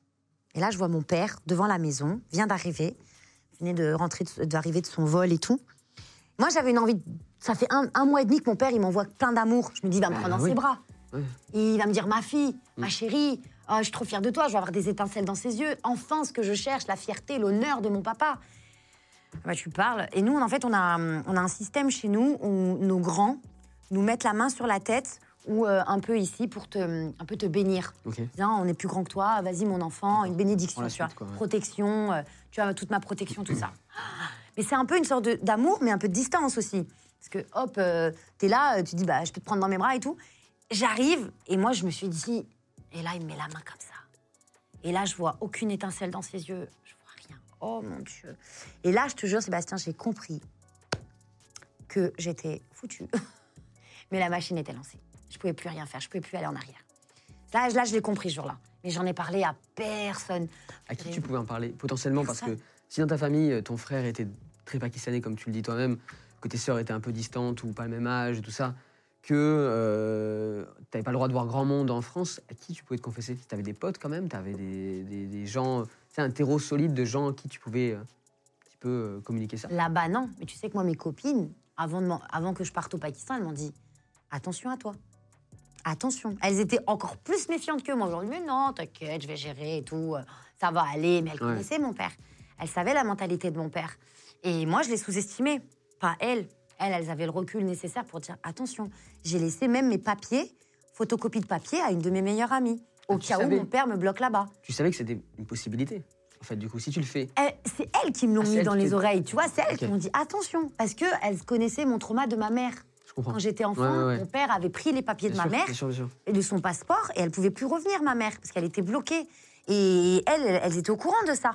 Et là, je vois mon père devant la maison, vient d'arriver, venait de rentrer, de- d'arriver de son vol et tout. Moi, j'avais une envie. de- Ça fait un, un mois et demi que mon père, il m'envoie plein d'amour. Je me dis, il va me Bah, prendre dans oui. ses bras. Ouais. Et il va me dire, ma fille, ma Mm. chérie, oh, je suis trop fière de toi, je vais avoir des étincelles dans ses yeux. Enfin, ce que je cherche, la fierté, l'honneur de mon papa. Ah bah, tu parles. Et nous, en fait, on a, on a un système chez nous où nos grands nous mettent la main sur la tête ou euh, un peu ici pour te, un peu te bénir. Ok. Disant, on est plus grand que toi, vas-y mon enfant, une bénédiction, Pour la tu vois, suite, quoi, ouais. protection, euh, tu as toute ma protection, tout ça. Mais c'est un peu une sorte de- d'amour, mais un peu de distance aussi. Parce que hop, euh, t'es là, euh, tu dis, bah, je peux te prendre dans mes bras et tout. J'arrive, et moi, je me suis dit, et là, il me met la main comme ça. Et là, je vois aucune étincelle dans ses yeux, je vois rien. Oh mon Dieu. Et là, je te jure, Sébastien, j'ai compris que j'étais foutue. Mais la machine était lancée. Je pouvais plus rien faire, je pouvais plus aller en arrière. Là, là je l'ai compris ce jour-là. Mais j'en ai parlé à personne. À qui tu pouvais en parler potentiellement? Parce que Personne. si dans ta famille, ton frère était très pakistanais, comme tu le dis toi-même, que tes sœurs étaient un peu distantes ou pas le même âge et tout ça, que euh, tu n'avais pas le droit de voir grand monde en France, à qui tu pouvais te confesser? Tu avais des potes quand même, tu avais des, des, des gens, tu sais, un terreau solide de gens à qui tu pouvais euh, un petit peu euh, communiquer ça? Là-bas, non. Mais tu sais que moi, mes copines, avant, de m'en- avant que je parte au Pakistan, elles m'ont dit attention à toi. Attention. Elles étaient encore plus méfiantes que moi. Aujourd'hui, mais non, t'inquiète, je vais gérer et tout. euh, Ça va aller. Mais elles Ouais. connaissaient mon père. Elles savaient la mentalité de mon père. Et moi, je les sous-estimais. Pas elles. Elles, elles avaient le recul nécessaire pour dire attention. J'ai laissé même mes papiers, photocopie de papier, à une de mes meilleures amies. Au Ah, tu cas où savais. mon père me bloque là-bas. Tu savais que c'était une possibilité. En fait, du coup, si tu le fais, Elles- C'est elles qui me l'ont Ah, c'est mis elles dans qui les t'ont- oreilles. Tu vois, c'est elles Ok. qui m'ont dit attention. Parce qu'elles connaissaient mon trauma de ma mère. je comprends. Quand j'étais enfant, Ouais, ouais, ouais. mon père avait pris les papiers Bien de ma sûr, mère Bien sûr, bien sûr. et de son passeport et elle pouvait plus revenir, ma mère, parce qu'elle était bloquée. Et elles, elles étaient au courant de ça.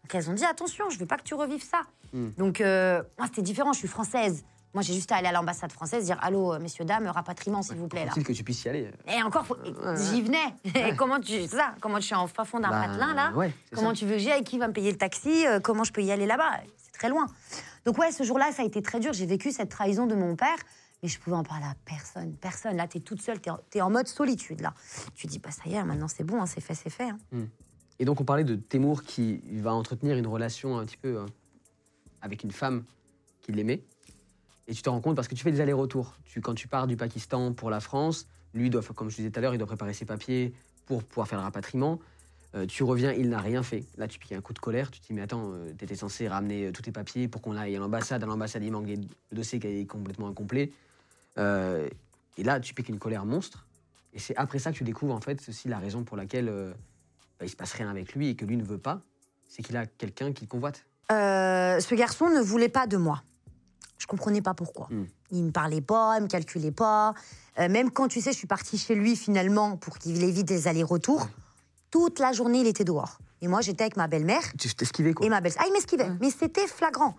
qu'elles ont dit attention, je veux pas que tu revives ça. Mm. Donc, euh, moi, c'était différent, je suis française. Moi, j'ai juste à aller à l'ambassade française, dire allô, euh, messieurs, dames, rapatriement, s'il vous plaît. Là. Faut-il que tu puisses y aller. Et encore, faut- ouais. j'y venais. Et comment tu, c'est ça, comment tu es en fin fond d'un Bah, patelin, là ouais, c'est comment ça. tu veux que j'y aille, qui va me payer le taxi, euh, comment je peux y aller là-bas? C'est très loin. Donc, ouais, ce jour-là, ça a été très dur. J'ai vécu cette trahison de mon père, mais je pouvais en parler à personne. Personne. Là, t'es toute seule, t'es en, t'es en mode solitude, là. Tu te dis, bah, ça y est, maintenant, c'est bon, hein, c'est fait, c'est fait. Hein. Mm. Et donc, on parlait de Témour qui va entretenir une relation un petit peu euh, avec une femme qu'il aimait. Et tu te rends compte parce que tu fais des allers-retours. Tu, quand tu pars du Pakistan pour la France, lui, doit, comme je disais tout à l'heure, il doit préparer ses papiers pour pouvoir faire le rapatriement. Euh, tu reviens, il n'a rien fait. Là, tu piques un coup de colère. Tu te dis, mais attends, euh, tu étais censé ramener euh, tous tes papiers pour qu'on aille à l'ambassade. À l'ambassade, il manque des- le dossier qui est complètement incomplet. Euh, et là, tu piques une colère monstre. Et c'est après ça que tu découvres, en fait, aussi la raison pour laquelle euh, bah, il se passe rien avec lui et que lui ne veut pas. C'est qu'il a quelqu'un qui le convoite. Euh, ce garçon ne voulait pas de moi. Je comprenais pas pourquoi. Mm. Il me parlait pas, il me calculait pas. Euh, même quand, tu sais, je suis partie chez lui finalement pour qu'il évite des allers-retours, toute la journée, il était dehors. Et moi, j'étais avec ma belle-mère Tu t'esquivais, quoi. et ma belle-sœur. Ah, il m'esquivait, mais c'était flagrant.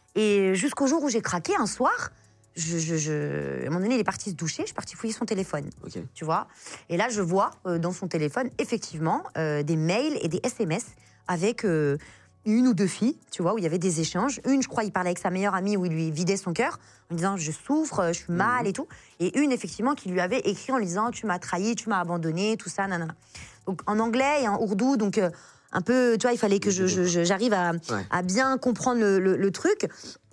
Et jusqu'au jour où j'ai craqué, un soir, je, je, je- à un moment donné, il est parti se doucher, je suis partie fouiller son téléphone. Ok. Tu vois. Et là, je vois euh, dans son téléphone, effectivement, euh, des mails et des S M S avec euh, une ou deux filles, tu vois, où il y avait des échanges. Une, je crois, il parlait avec sa meilleure amie où il lui vidait son cœur en disant je souffre, euh, je suis mal et tout. Et une, effectivement, qui lui avait écrit en lui disant tu m'as trahi, tu m'as abandonné, tout ça, nanana. Donc en anglais et en ourdou, donc euh, un peu, tu vois, il fallait que je- je- je- j'arrive à, Ouais. à bien comprendre le, le- le truc.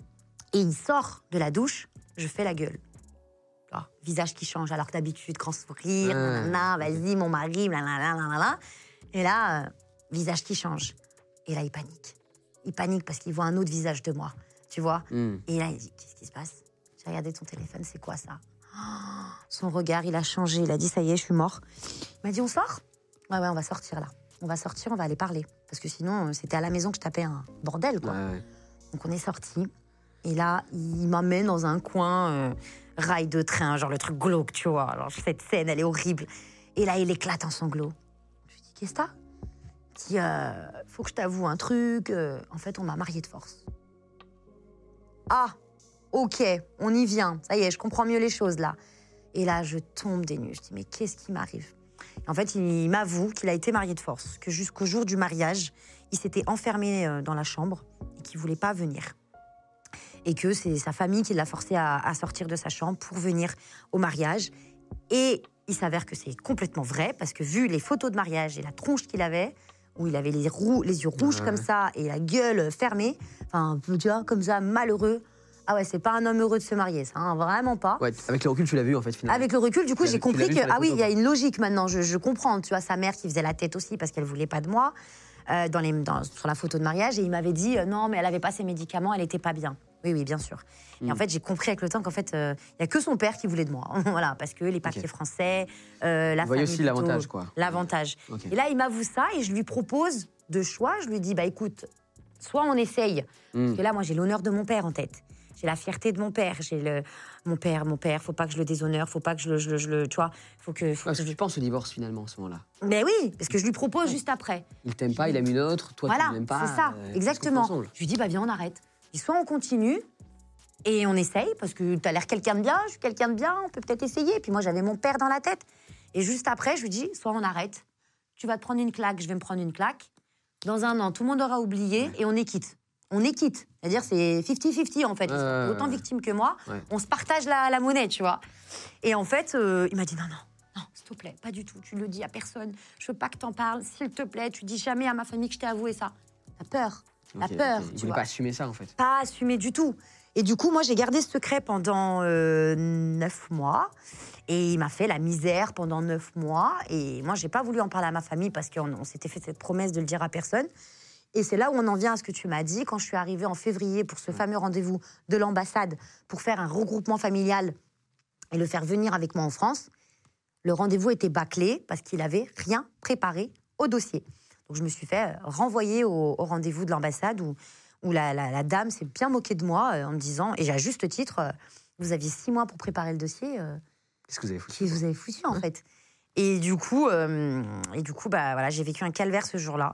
Et il sort de la douche, je fais la gueule. Ah, visage qui change, alors que d'habitude, grand sourire, Ouais. nanana, vas-y, mon mari, blablabla, blablabla. Et là, euh, visage qui change. Et là, il panique. Il panique parce qu'il voit un autre visage de moi, tu vois. Mm. Et là, il dit, qu'est-ce qui se passe? J'ai regardé ton téléphone, c'est quoi ça? Oh, son regard, il a changé. Il a dit, ça y est, je suis mort. Il m'a dit, on sort? Ouais, ouais, on va sortir là. On va sortir, on va aller parler. Parce que sinon, euh, c'était à la maison que je tapais un bordel, quoi. Ouais, ouais. Donc on est sortis. Et là, il m'amène dans un coin euh, rail de train, genre le truc glauque, tu vois. Alors cette scène, elle est horrible. Et là, il éclate en sanglots. Je lui dis, qu'est-ce que t'as? Il dit, euh, faut que je t'avoue un truc. euh, en fait, on m'a mariée de force. Ah, ok, on y vient. Ça y est, je comprends mieux les choses là. Et là, je tombe des nues. Je dis, mais qu'est-ce qui m'arrive? Et en fait, il m'avoue qu'il a été marié de force, que jusqu'au jour du mariage, il s'était enfermé euh, dans la chambre et qu'il voulait pas venir. Et que c'est sa famille qui l'a forcé à, à sortir de sa chambre pour venir au mariage. Et il s'avère que c'est complètement vrai, parce que vu les photos de mariage et la tronche qu'il avait, où il avait les, roux, les yeux rouges Ouais. comme ça et la gueule fermée, enfin, tu vois, comme ça, malheureux. Ah ouais, c'est pas un homme heureux de se marier, ça, hein, vraiment pas. Ouais, avec le recul, tu l'as vu, en fait, finalement. Avec le recul, du coup, Tu l'as j'ai vu- tu l'as compris vu que, sur les ah oui, photos, il y a quoi. une logique maintenant, je, je comprends. Tu vois, sa mère qui faisait la tête aussi parce qu'elle voulait pas de moi, euh, dans les, dans- sur la photo de mariage, et il m'avait dit, euh, non, mais elle avait pas ses médicaments, elle était pas bien. Oui, oui, bien sûr. Et Mm. en fait, j'ai compris avec le temps qu'en fait, euh, il y a que son père qui voulait de moi. Voilà, parce que les papiers Ok. français, euh, la Vous voyez famille aussi plutôt- l'avantage, quoi. L'avantage. Ok. Et là, il m'avoue ça, et je lui propose deux choix. Je lui dis, bah écoute, soit on essaye, Mm. parce que là, moi, j'ai l'honneur de mon père en tête. J'ai la fierté de mon père. J'ai le mon père, mon père. Faut pas que je le déshonore. Faut pas que je le, je le, je le- tu vois. Faut que. faut Parce que que je- tu penses au divorce, finalement, à ce moment-là. Mais oui, parce que je lui propose juste après. Il t'aime pas, il aime une autre, toi, Voilà, tu l'aimes pas. c'est ça, euh, exactement. qu'est-ce qu'on fait ensemble Je lui dis, bah viens, on arrête. Je dis, soit on continue et on essaye, parce que tu as l'air quelqu'un de bien, je suis quelqu'un de bien, on peut peut-être essayer. Puis moi, j'avais mon père dans la tête. Et juste après, je lui dis, soit on arrête, tu vas te prendre une claque, je vais me prendre une claque. Dans un an, tout le monde aura oublié et on est quitte. On est quitte. C'est-à-dire, c'est cinquante cinquante en fait. Ils sont Euh, autant victimes que moi. ouais. On se partage la, la monnaie, tu vois. Et en fait, euh, il m'a dit, non, non, non, s'il te plaît, pas du tout. Tu le dis à personne. Je veux pas que t'en parles. S'il te plaît, tu dis jamais à ma famille que je t'ai avoué ça. T'as peur. La Ok, peur, ok. Il tu voulait vois. pas assumer ça, en fait. Pas assumé du tout. Et du coup, moi, j'ai gardé ce secret pendant euh, neuf mois. Et il m'a fait la misère pendant neuf mois. Et moi, j'ai pas voulu en parler à ma famille parce qu'on on s'était fait cette promesse de le dire à personne. Et c'est là où on en vient à ce que tu m'as dit. Quand je suis arrivée en février pour ce fameux rendez-vous de l'ambassade pour faire un regroupement familial et le faire venir avec moi en France, le rendez-vous était bâclé parce qu'il avait rien préparé au dossier. Donc je me suis fait renvoyer au, au rendez-vous de l'ambassade où, où la, la- la dame s'est bien moquée de moi euh, en me disant, et à juste titre, euh, vous aviez six mois pour préparer le dossier, euh, Qu'est-ce que vous avez foutu qui vous avez foutu en fait. Et du coup, euh, et du coup, bah voilà, j'ai vécu un calvaire ce jour-là.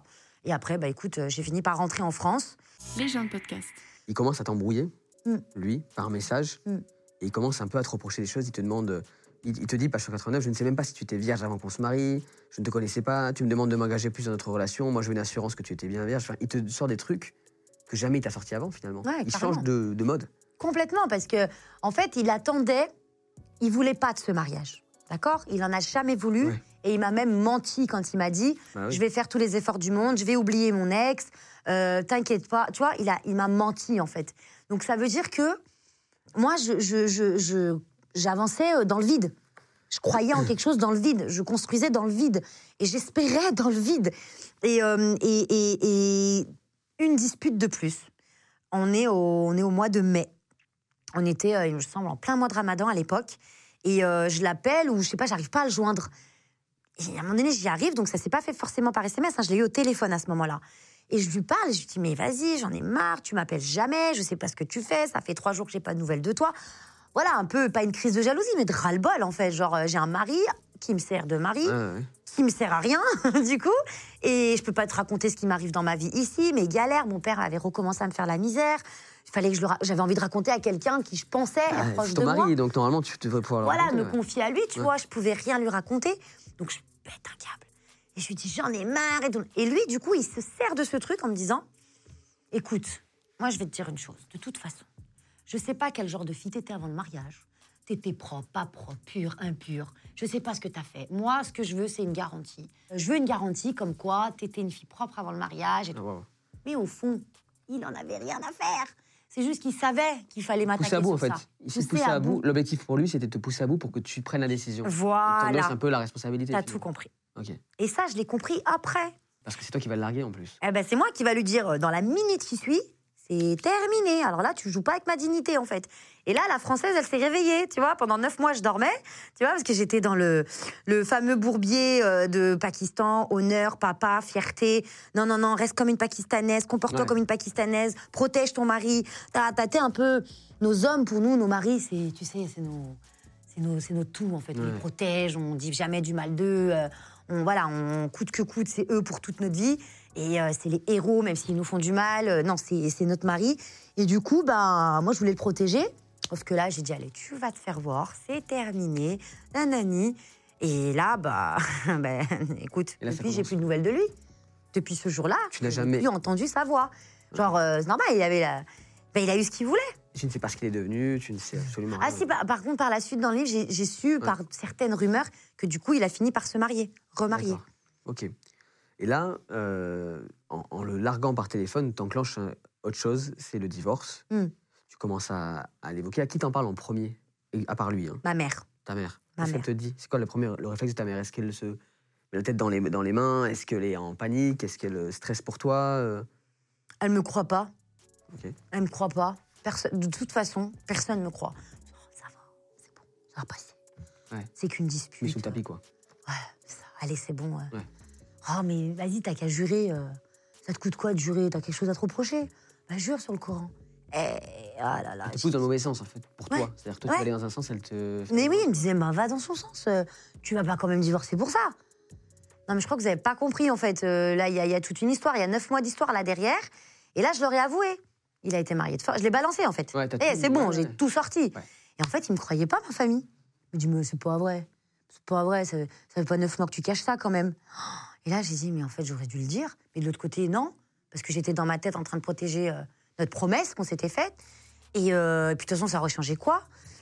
Et après, bah écoute, j'ai fini par rentrer en France. Les gens de podcast. Il commence à t'embrouiller, mm. lui, par message. Mm. Et il commence un peu à te reprocher des choses. Il te demande, il, il te dit, page cent quatre-vingt-neuf, je ne sais même pas si tu étais vierge avant qu'on se marie. Je ne te connaissais pas. Tu me demandes de m'engager plus dans notre relation. Moi, je veux une assurance que tu étais bien vierge. Enfin, il te sort des trucs que jamais il t'a sorti avant, finalement. Ouais, il carrément. change de, de mode. Complètement, parce que en fait, il attendait, il voulait pas de ce mariage, d'accord? Il en a jamais voulu, ouais. et il m'a même menti quand il m'a dit, bah oui. je vais faire tous les efforts du monde, je vais oublier mon ex, euh, t'inquiète pas, tu vois, il a, il m'a menti en fait. Donc ça veut dire que moi, je, je, je, je, j'avançais dans le vide. Je croyais en quelque chose dans le vide, je construisais dans le vide, et j'espérais dans le vide. Et, euh, et, et, et une dispute de plus. On est au, on est au mois de mai. On était, euh, il me semble, en plein mois de Ramadan à l'époque. Et euh, je l'appelle, ou je sais pas, j'arrive pas à le joindre. Et à un moment donné, j'y arrive, donc ça s'est pas fait forcément par S M S. Hein, je l'ai eu au téléphone à ce moment-là. Et je lui parle, et je lui dis, mais vas-y, j'en ai marre, tu m'appelles jamais, je sais pas ce que tu fais, ça fait trois jours que j'ai pas de nouvelles de toi. Voilà, un peu, pas une crise de jalousie, mais de ras-le-bol, en fait. Genre, euh, j'ai un mari qui me sert de mari, Ah, ouais. qui me sert à rien, du coup. Et je peux pas te raconter ce qui m'arrive dans ma vie ici, mes galères. Mon père avait recommencé à me faire la misère. Il fallait que je le ra- J'avais envie de raconter à quelqu'un qui, je pensais, Ah, est proche c'est de ton mari, moi. donc normalement, tu devrais pouvoir le Voilà, raconter, me ouais. confier à lui, tu Ouais. vois. Je pouvais rien lui raconter. Donc, je pète un câble. Et je lui dis, j'en ai marre. Et, tout. Et lui, du coup, il se sert de ce truc en me disant, écoute, moi, je vais te dire une chose. De toute façon, je sais pas quel genre de fille t'étais avant le mariage. T'étais propre, pas propre, pure, impure. Je sais pas ce que t'as fait. Moi, ce que je veux, c'est une garantie. Je veux une garantie comme quoi t'étais une fille propre avant le mariage et tout. Ah, wow. Mais au fond, il en avait rien à faire. C'est juste qu'il savait qu'il fallait m'attaquer Pousser à bout, en sur fait. ça. Il s'est Pousser poussé à bout. L'objectif pour lui, c'était de te pousser à bout pour que tu prennes la décision. Voilà. Il t'en laisse un peu la responsabilité. T'as tu tout vois. compris. Ok. Et ça, je l'ai compris après. Parce que c'est toi qui vas le larguer en plus. Eh ben, c'est moi qui va lui dire, euh, dans la minute qui suit, c'est terminé. Alors là, tu joues pas avec ma dignité, en fait. Et là, la Française, elle s'est réveillée, tu vois. Pendant neuf mois, je dormais, tu vois, parce que j'étais dans le, le fameux bourbier euh, de Pakistan, honneur, papa, fierté. Non, non, non, reste comme une Pakistanaise, comporte-toi Ouais. comme une Pakistanaise, protège ton mari. T'as, t'as été un peu... Nos hommes, pour nous, nos maris, c'est, tu sais, c'est nos... C'est nos, c'est nos tout, en fait. On Ouais. les protège, on dit jamais du mal d'eux. euh, on, voilà, on coûte que coûte, c'est eux pour toute notre vie. Et euh, c'est les héros, même s'ils nous font du mal. Euh, non, c'est, c'est notre mari. Et du coup, ben, moi, je voulais le protéger. Sauf que là, j'ai dit, allez, tu vas te faire voir, c'est terminé, nanani. Et là, bah, ben, écoute, Et là, ça depuis, j'ai commence. plus de nouvelles de lui. Depuis ce jour-là, Tu n'as j'ai jamais- plus entendu sa voix. Genre, euh, c'est normal, il avait la... ben, il a eu ce qu'il voulait. Tu ne sais pas ce qu'il est devenu, tu ne sais absolument Ah rien. si, par, par contre, par la suite, dans le livre, j'ai, j'ai su, par certaines rumeurs, que du coup, il a fini par se marier, remarier. D'accord. Ok. Et là, euh, en, en le larguant par téléphone, tu enclenches euh, autre chose, c'est le divorce. Mm. Tu commences à, à l'évoquer. À qui t'en parles en premier? Et à part lui, hein, Ma mère. ta mère. Ma Qu'est-ce qu'elle mère. te dit? C'est quoi le, premier, le réflexe de ta mère? Est-ce qu'elle se met la tête dans les, dans les mains? Est-ce qu'elle est en panique? Est-ce qu'elle stresse pour toi? euh Elle me croit pas. Ok. Elle me croit pas. Perso- de toute façon, personne me croit. Oh, ça va, c'est bon, ça va passer. Ouais. C'est qu'une dispute. Mis sous le tapis, quoi. Ouais, ça, allez, c'est bon. ouais. Ouais. Oh, mais vas-y, t'as qu'à jurer. euh, ça te coûte quoi de jurer? T'as quelque chose à te reprocher? Bah, jure sur le Coran. Eh, ah là là. Elle te j'ai- pousse dans le mauvais sens, en fait, pour Ouais. toi. C'est-à-dire, toi, Ouais. tu vas aller dans un sens, elle te... Mais oui, il me disait, bah, va dans son sens. euh, tu vas pas quand même divorcer pour ça. Non, mais je crois que vous avez pas compris, en fait. euh, là, il y, a- il y a toute une histoire. Il y a neuf mois d'histoire là derrière. Et là, je leur ai avoué. Il a été marié de force. Je l'ai balancé, en fait. Ouais, t'as Eh, tout- c'est bon, ouais, j'ai ouais. tout sorti. Ouais. Et en fait, il me croyait pas, ma famille. Il me dit, mais c'est pas vrai. C'est pas vrai. Ça, ça fait pas neuf mois que tu caches ça, quand même. Et là, j'ai dit, mais en fait, j'aurais dû le dire. Mais de l'autre côté, non. Parce que j'étais dans ma tête en train de protéger euh, notre promesse qu'on s'était faite. Et, euh, et puis, de toute façon, ça aurait changé quoi?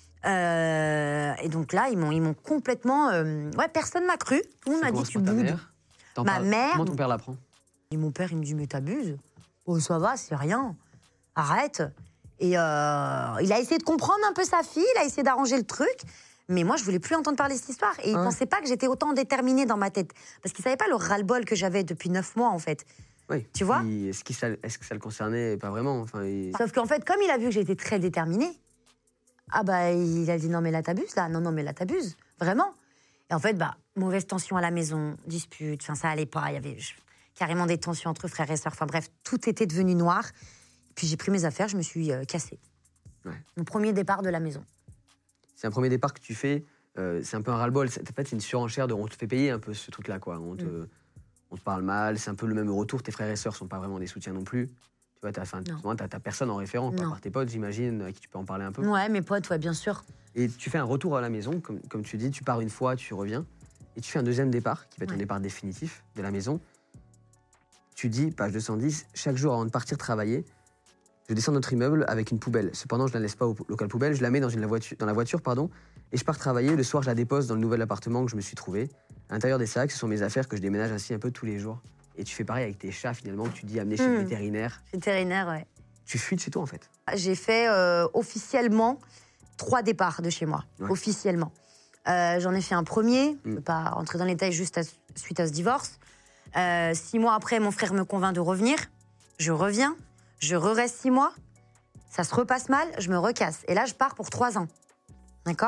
Euh, Et donc là, ils m'ont, ils m'ont complètement... euh, Ouais, personne m'a cru. Tout le monde Ça m'a dit, commence tu par ta boudes. mère. T'en Ma parles- mère- Comment ton père l'apprend? Et mon père, il me dit, mais t'abuses. Oh, ça va, c'est rien. Arrête. Et euh, il a essayé de comprendre un peu sa fille, il a essayé d'arranger le truc. Mais moi, je voulais plus entendre parler de cette histoire. Et il Ouais. pensait pas que j'étais autant déterminée dans ma tête. Parce qu'il savait pas le ras-le-bol que j'avais depuis neuf mois, en fait. Oui. Tu vois? Il- Est-ce, qu'il, ça- est-ce que ça le concernait? Pas vraiment. Enfin, il- Sauf qu'en fait, comme il a vu que j'étais très déterminée, ah bah, il a dit, non, mais là, t'abuses, là. Non, non, mais là, t'abuses. Vraiment. Et en fait, bah, mauvaise tension à la maison, dispute, enfin, ça allait pas. Il y avait je- carrément des tensions entre frères et sœurs. Enfin, bref, tout était devenu noir. Puis j'ai pris mes affaires, je me suis euh, cassée. Ouais. Mon premier départ de la maison. C'est un premier départ que tu fais, euh, c'est un peu un ras-le-bol. C'est- En fait, c'est une surenchère de on te fait payer un peu ce truc-là, quoi. On te, on te parle mal, c'est un peu le même retour. Tes frères et sœurs sont pas vraiment des soutiens non plus. Tu vois, t'as, Non. t'as, t'as personne en référent, quoi, à Non. part tes potes, j'imagine, à qui tu peux en parler un peu. Ouais, mes potes, ouais, bien sûr. Et tu fais un retour à la maison, comme, comme tu dis, tu pars une fois, tu reviens, et tu fais un deuxième départ, qui va être Ouais. ton départ définitif de la maison. Tu dis, page deux cent dix, chaque jour avant de partir travailler, je descends notre immeuble avec une poubelle. Cependant, je ne la laisse pas au local poubelle, je la mets dans, une, la voiture, dans la voiture, pardon, et je pars travailler. Le soir, je la dépose dans le nouvel appartement que je me suis trouvé. À l'intérieur des sacs, ce sont mes affaires que je déménage ainsi un peu tous les jours. Et tu fais pareil avec tes chats, finalement, que tu dis amener chez le Mm. vétérinaire. Vétérinaire, ouais. Tu fuis de chez toi, en fait. J'ai fait euh, officiellement trois départs de chez moi. Ouais. Officiellement. Euh, J'en ai fait un premier, je ne Mm. peux pas rentrer dans les détails juste à- suite à ce divorce. Euh, six mois après, mon frère me convainc de revenir. Je reviens, je re-reste six mois. Ça se repasse mal, je me recasse. Et là, je pars pour trois ans. D'accord ?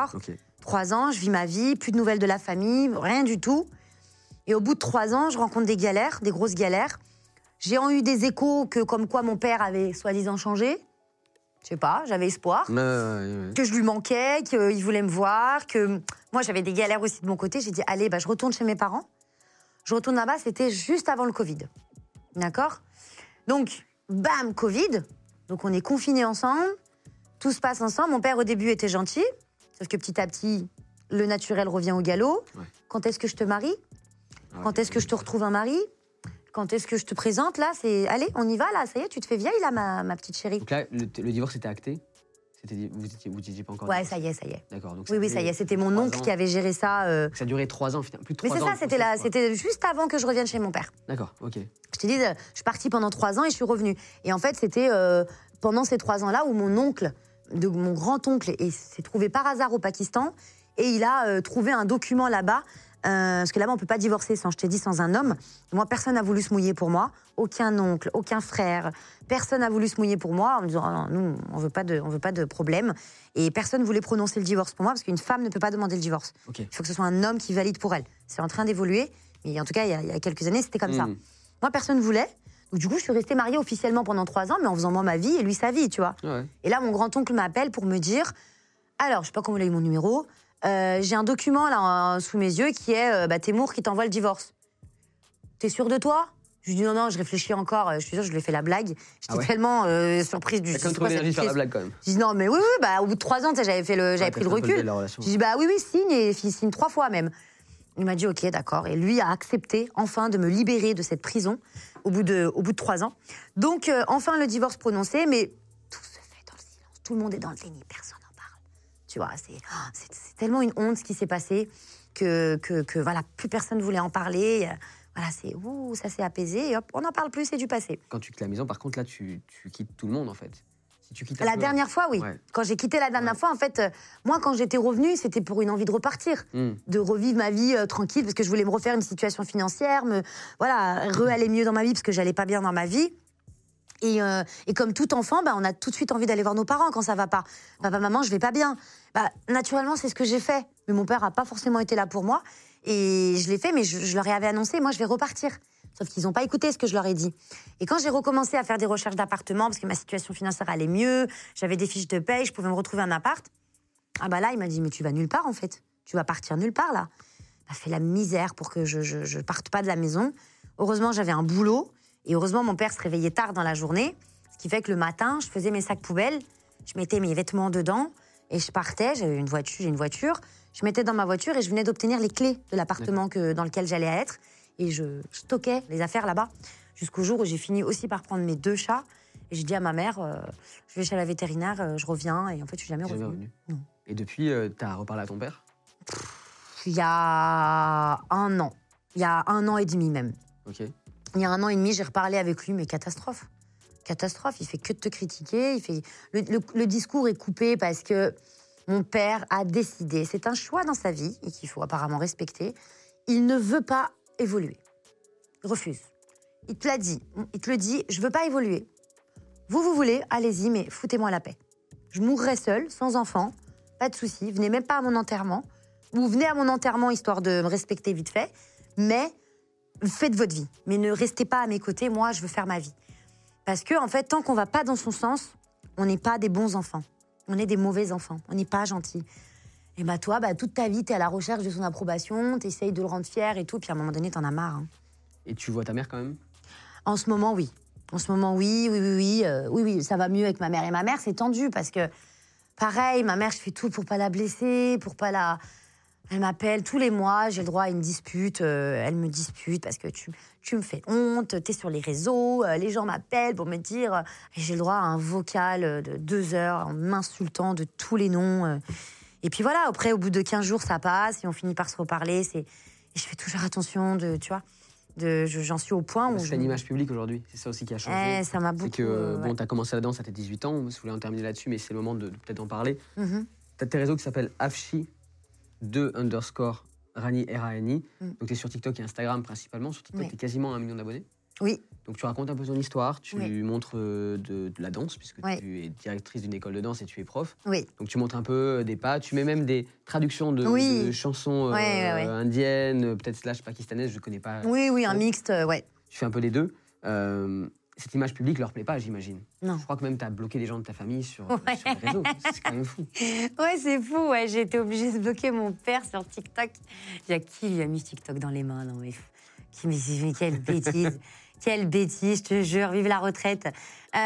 Ok. Trois ans, je vis ma vie, plus de nouvelles de la famille, rien du tout. Et au bout de trois ans, je rencontre des galères, des grosses galères. J'ai eu des échos que, comme quoi, mon père avait soi-disant changé. Je sais pas, j'avais espoir. Ouais, ouais, ouais. Que je lui manquais, qu'il voulait me voir, que moi, j'avais des galères aussi de mon côté. J'ai dit, allez, bah, je retourne chez mes parents. Je retourne là-bas, c'était juste avant le Covid. D'accord ? Donc, bam, Covid. Donc, on est confinés ensemble. Tout se passe ensemble. Mon père, au début, était gentil. Sauf que petit à petit, le naturel revient au galop. Ouais. Quand est-ce que je te marie ? Ah, Quand ok. est-ce que je te retrouve un mari ? Quand est-ce que je te présente ? Là, c'est... Allez, on y va, là. Ça y est, tu te fais vieille, là, ma, ma petite chérie. Donc là, le, le divorce était acté. C'était, vous étiez, vous étiez pas encore. Ouais, divorcé. ça y est, ça y est. D'accord. Donc Oui, oui, ça y est. C'était mon trois oncle ans. qui avait géré ça. euh, Ça a duré trois ans, finalement. Plus de Mais trois c'est ans. ça, le c'était, process, là, quoi. c'était juste avant que je revienne chez mon père. D'accord, ok. Je te dis, euh, je suis partie pendant trois ans et je suis revenue. Et en fait, c'était euh, pendant ces trois ans-là où mon oncle, de, mon grand-oncle, et s'est trouvé par hasard au Pakistan et il a euh, trouvé un document là-bas. Euh, parce que là-bas, on ne peut pas divorcer, sans, je t'ai dit, sans un homme. Moi, personne n'a voulu se mouiller pour moi. Aucun oncle, aucun frère. Personne n'a voulu se mouiller pour moi en me disant, oh non, nous, on ne veut pas de, on veut pas de problème. Et personne ne voulait prononcer le divorce pour moi parce qu'une femme ne peut pas demander le divorce. Ok. Il faut que ce soit un homme qui valide pour elle. C'est en train d'évoluer. Mais en tout cas, il y a, il y a quelques années, c'était comme ça. Mm. Moi, personne ne voulait. Donc, du coup, je suis restée mariée officiellement pendant trois ans, mais en faisant moi ma vie et lui sa vie, tu vois. Ouais. Et là, mon grand-oncle m'appelle pour me dire, alors, je sais pas comment il a eu mon numéro, euh, j'ai un document là euh, sous mes yeux qui est euh, bah, Témour qui t'envoie le divorce. T'es sûr de toi ? Je lui dis non, non, je réfléchis encore. Je suis sûre, je lui ai fait la blague. J'étais Ah ouais. tellement euh, surprise du T'as quand même c'est quoi trouvé l'énergie de cette faire la crise blague quand même. Je dis non, mais oui, oui, bah, au bout de trois ans, tu sais, j'avais, fait le, j'avais Ouais, pris t'as le fait un peu recul. de la relation. Je dis bah oui, oui, signe, et il signe trois fois même. Il m'a dit ok, d'accord. Et lui a accepté enfin de me libérer de cette prison au bout de, au bout de trois ans. Donc euh, enfin le divorce prononcé, mais tout se fait dans le silence. Tout le monde est dans le déni, personne n'en parle. Tu vois, c'est, oh, c'est, c'est tellement une honte ce qui s'est passé que, que, que voilà, plus personne voulait en parler. Voilà, c'est ouh, ça s'est apaisé et hop, on n'en parle plus, c'est du passé. Quand tu quittes la maison, par contre, là, tu, tu quittes tout le monde en fait. Si tu quittes un La peu- dernière fois, oui. Ouais. Quand j'ai quitté la dernière Ouais. fois, en fait, euh, moi, quand j'étais revenue, c'était pour une envie de repartir, Mm. de revivre ma vie euh, tranquille, parce que je voulais me refaire une situation financière, me, voilà, re-aller mieux dans ma vie, parce que j'allais pas bien dans ma vie. Et, euh, et comme tout enfant, bah, on a tout de suite envie d'aller voir nos parents quand ça va pas. Papa, maman, je vais pas bien. Bah, naturellement, c'est ce que j'ai fait. Mais mon père a pas forcément été là pour moi. Et je l'ai fait, mais je, je leur avais annoncé, moi, je vais repartir. Sauf qu'ils n'ont pas écouté ce que je leur ai dit. Et quand j'ai recommencé à faire des recherches d'appartements, parce que ma situation financière allait mieux, j'avais des fiches de paye, je pouvais me retrouver un appart, ah bah là, il m'a dit, mais tu vas nulle part, en fait. Tu vas partir nulle part, là. Ça fait la misère pour que je, je, je parte pas de la maison. Heureusement, j'avais un boulot. Et heureusement, mon père se réveillait tard dans la journée. Ce qui fait que le matin, je faisais mes sacs poubelles, je mettais mes vêtements dedans et je partais. J'ai une voiture, j'ai une voiture. Je mettais dans ma voiture et je venais d'obtenir les clés de l'appartement que, dans lequel j'allais être. Et je stockais les affaires là-bas. Jusqu'au jour où j'ai fini aussi par prendre mes deux chats. Et j'ai dit à ma mère, euh, je vais chez la vétérinaire, euh, je reviens. Et en fait, je suis jamais T'es jamais revenue. revenu. Non. Et depuis, euh, t'as reparlé à ton père. Il y a un an. Il y a un an et demi même. Ok. Il y a un an et demi, j'ai reparlé avec lui, mais catastrophe. Catastrophe, il fait que de te critiquer. Il fait... le, le- le discours est coupé parce que mon père a décidé, c'est un choix dans sa vie et qu'il faut apparemment respecter, il ne veut pas évoluer. Il refuse. Il te l'a dit, il te le dit, je veux pas évoluer. Vous, vous voulez, allez-y, mais foutez-moi la paix. Je mourrai seule, sans enfant, pas de souci, venez même pas à mon enterrement, ou venez à mon enterrement histoire de me respecter vite fait, mais faites votre vie, mais ne restez pas à mes côtés, moi je veux faire ma vie. Parce que, en fait, tant qu'on va pas dans son sens, on n'est pas des bons enfants. On est des mauvais enfants, on n'est pas gentils. Et bah toi, bah, toute ta vie, t'es à la recherche de son approbation, t'essayes de le rendre fier et tout, puis à un moment donné, t'en as marre. Hein. Et tu vois ta mère quand même ? En ce moment, oui. En ce moment, oui, oui, oui, oui, euh, oui, oui, ça va mieux avec ma mère. Et ma mère, c'est tendu parce que, pareil, ma mère, je fais tout pour pas la blesser, pour pas la... Elle m'appelle tous les mois, j'ai le droit à une dispute. Euh, elle me dispute parce que tu, tu me fais honte, t'es sur les réseaux, euh, les gens m'appellent pour me dire... Euh, et j'ai le droit à un vocal de deux heures en m'insultant de tous les noms. Euh. Et puis voilà, après, au bout de quinze jours, ça passe et on finit par se reparler. C'est... Et je fais toujours attention de, tu vois... De, je, j'en suis au point où... C'est je... une image publique aujourd'hui, c'est ça aussi qui a changé. Eh, ça m'a beaucoup... C'est que, euh, bon, ouais. t'as commencé la danse à tes dix-huit ans, je voulais en terminer là-dessus, mais c'est le moment de, de peut-être en parler. Mm-hmm. T'as tes réseaux qui s'appellent Afshi, deux underscore Rani, R A N I. Mm. Donc t'es sur TikTok et Instagram principalement. Sur TikTok, Oui. t'es quasiment à un million d'abonnés. Oui. Donc tu racontes un peu ton histoire, tu Oui. montres euh, de, de la danse, puisque Oui. tu es directrice d'une école de danse et tu es prof. Oui. Donc tu montres un peu des pas, tu mets même des traductions de, Oui. de chansons euh, Ouais, ouais, ouais. indiennes, peut-être slash pakistanaises, je connais pas. Oui, oui, un trop. mixte, euh, ouais. Tu fais un peu les deux. Euh, cette image publique leur plaît pas, j'imagine. Non. Je crois que même tu as bloqué des gens de ta famille sur, Ouais. sur les réseaux. C'est quand même fou. Ouais, c'est fou, ouais. J'ai été obligée de bloquer mon père sur TikTok. Il y a qui lui a mis TikTok dans les mains, non mais... Qui me dit, mais quelle bêtise. Quelle bêtise, je te jure, vive la retraite. Euh,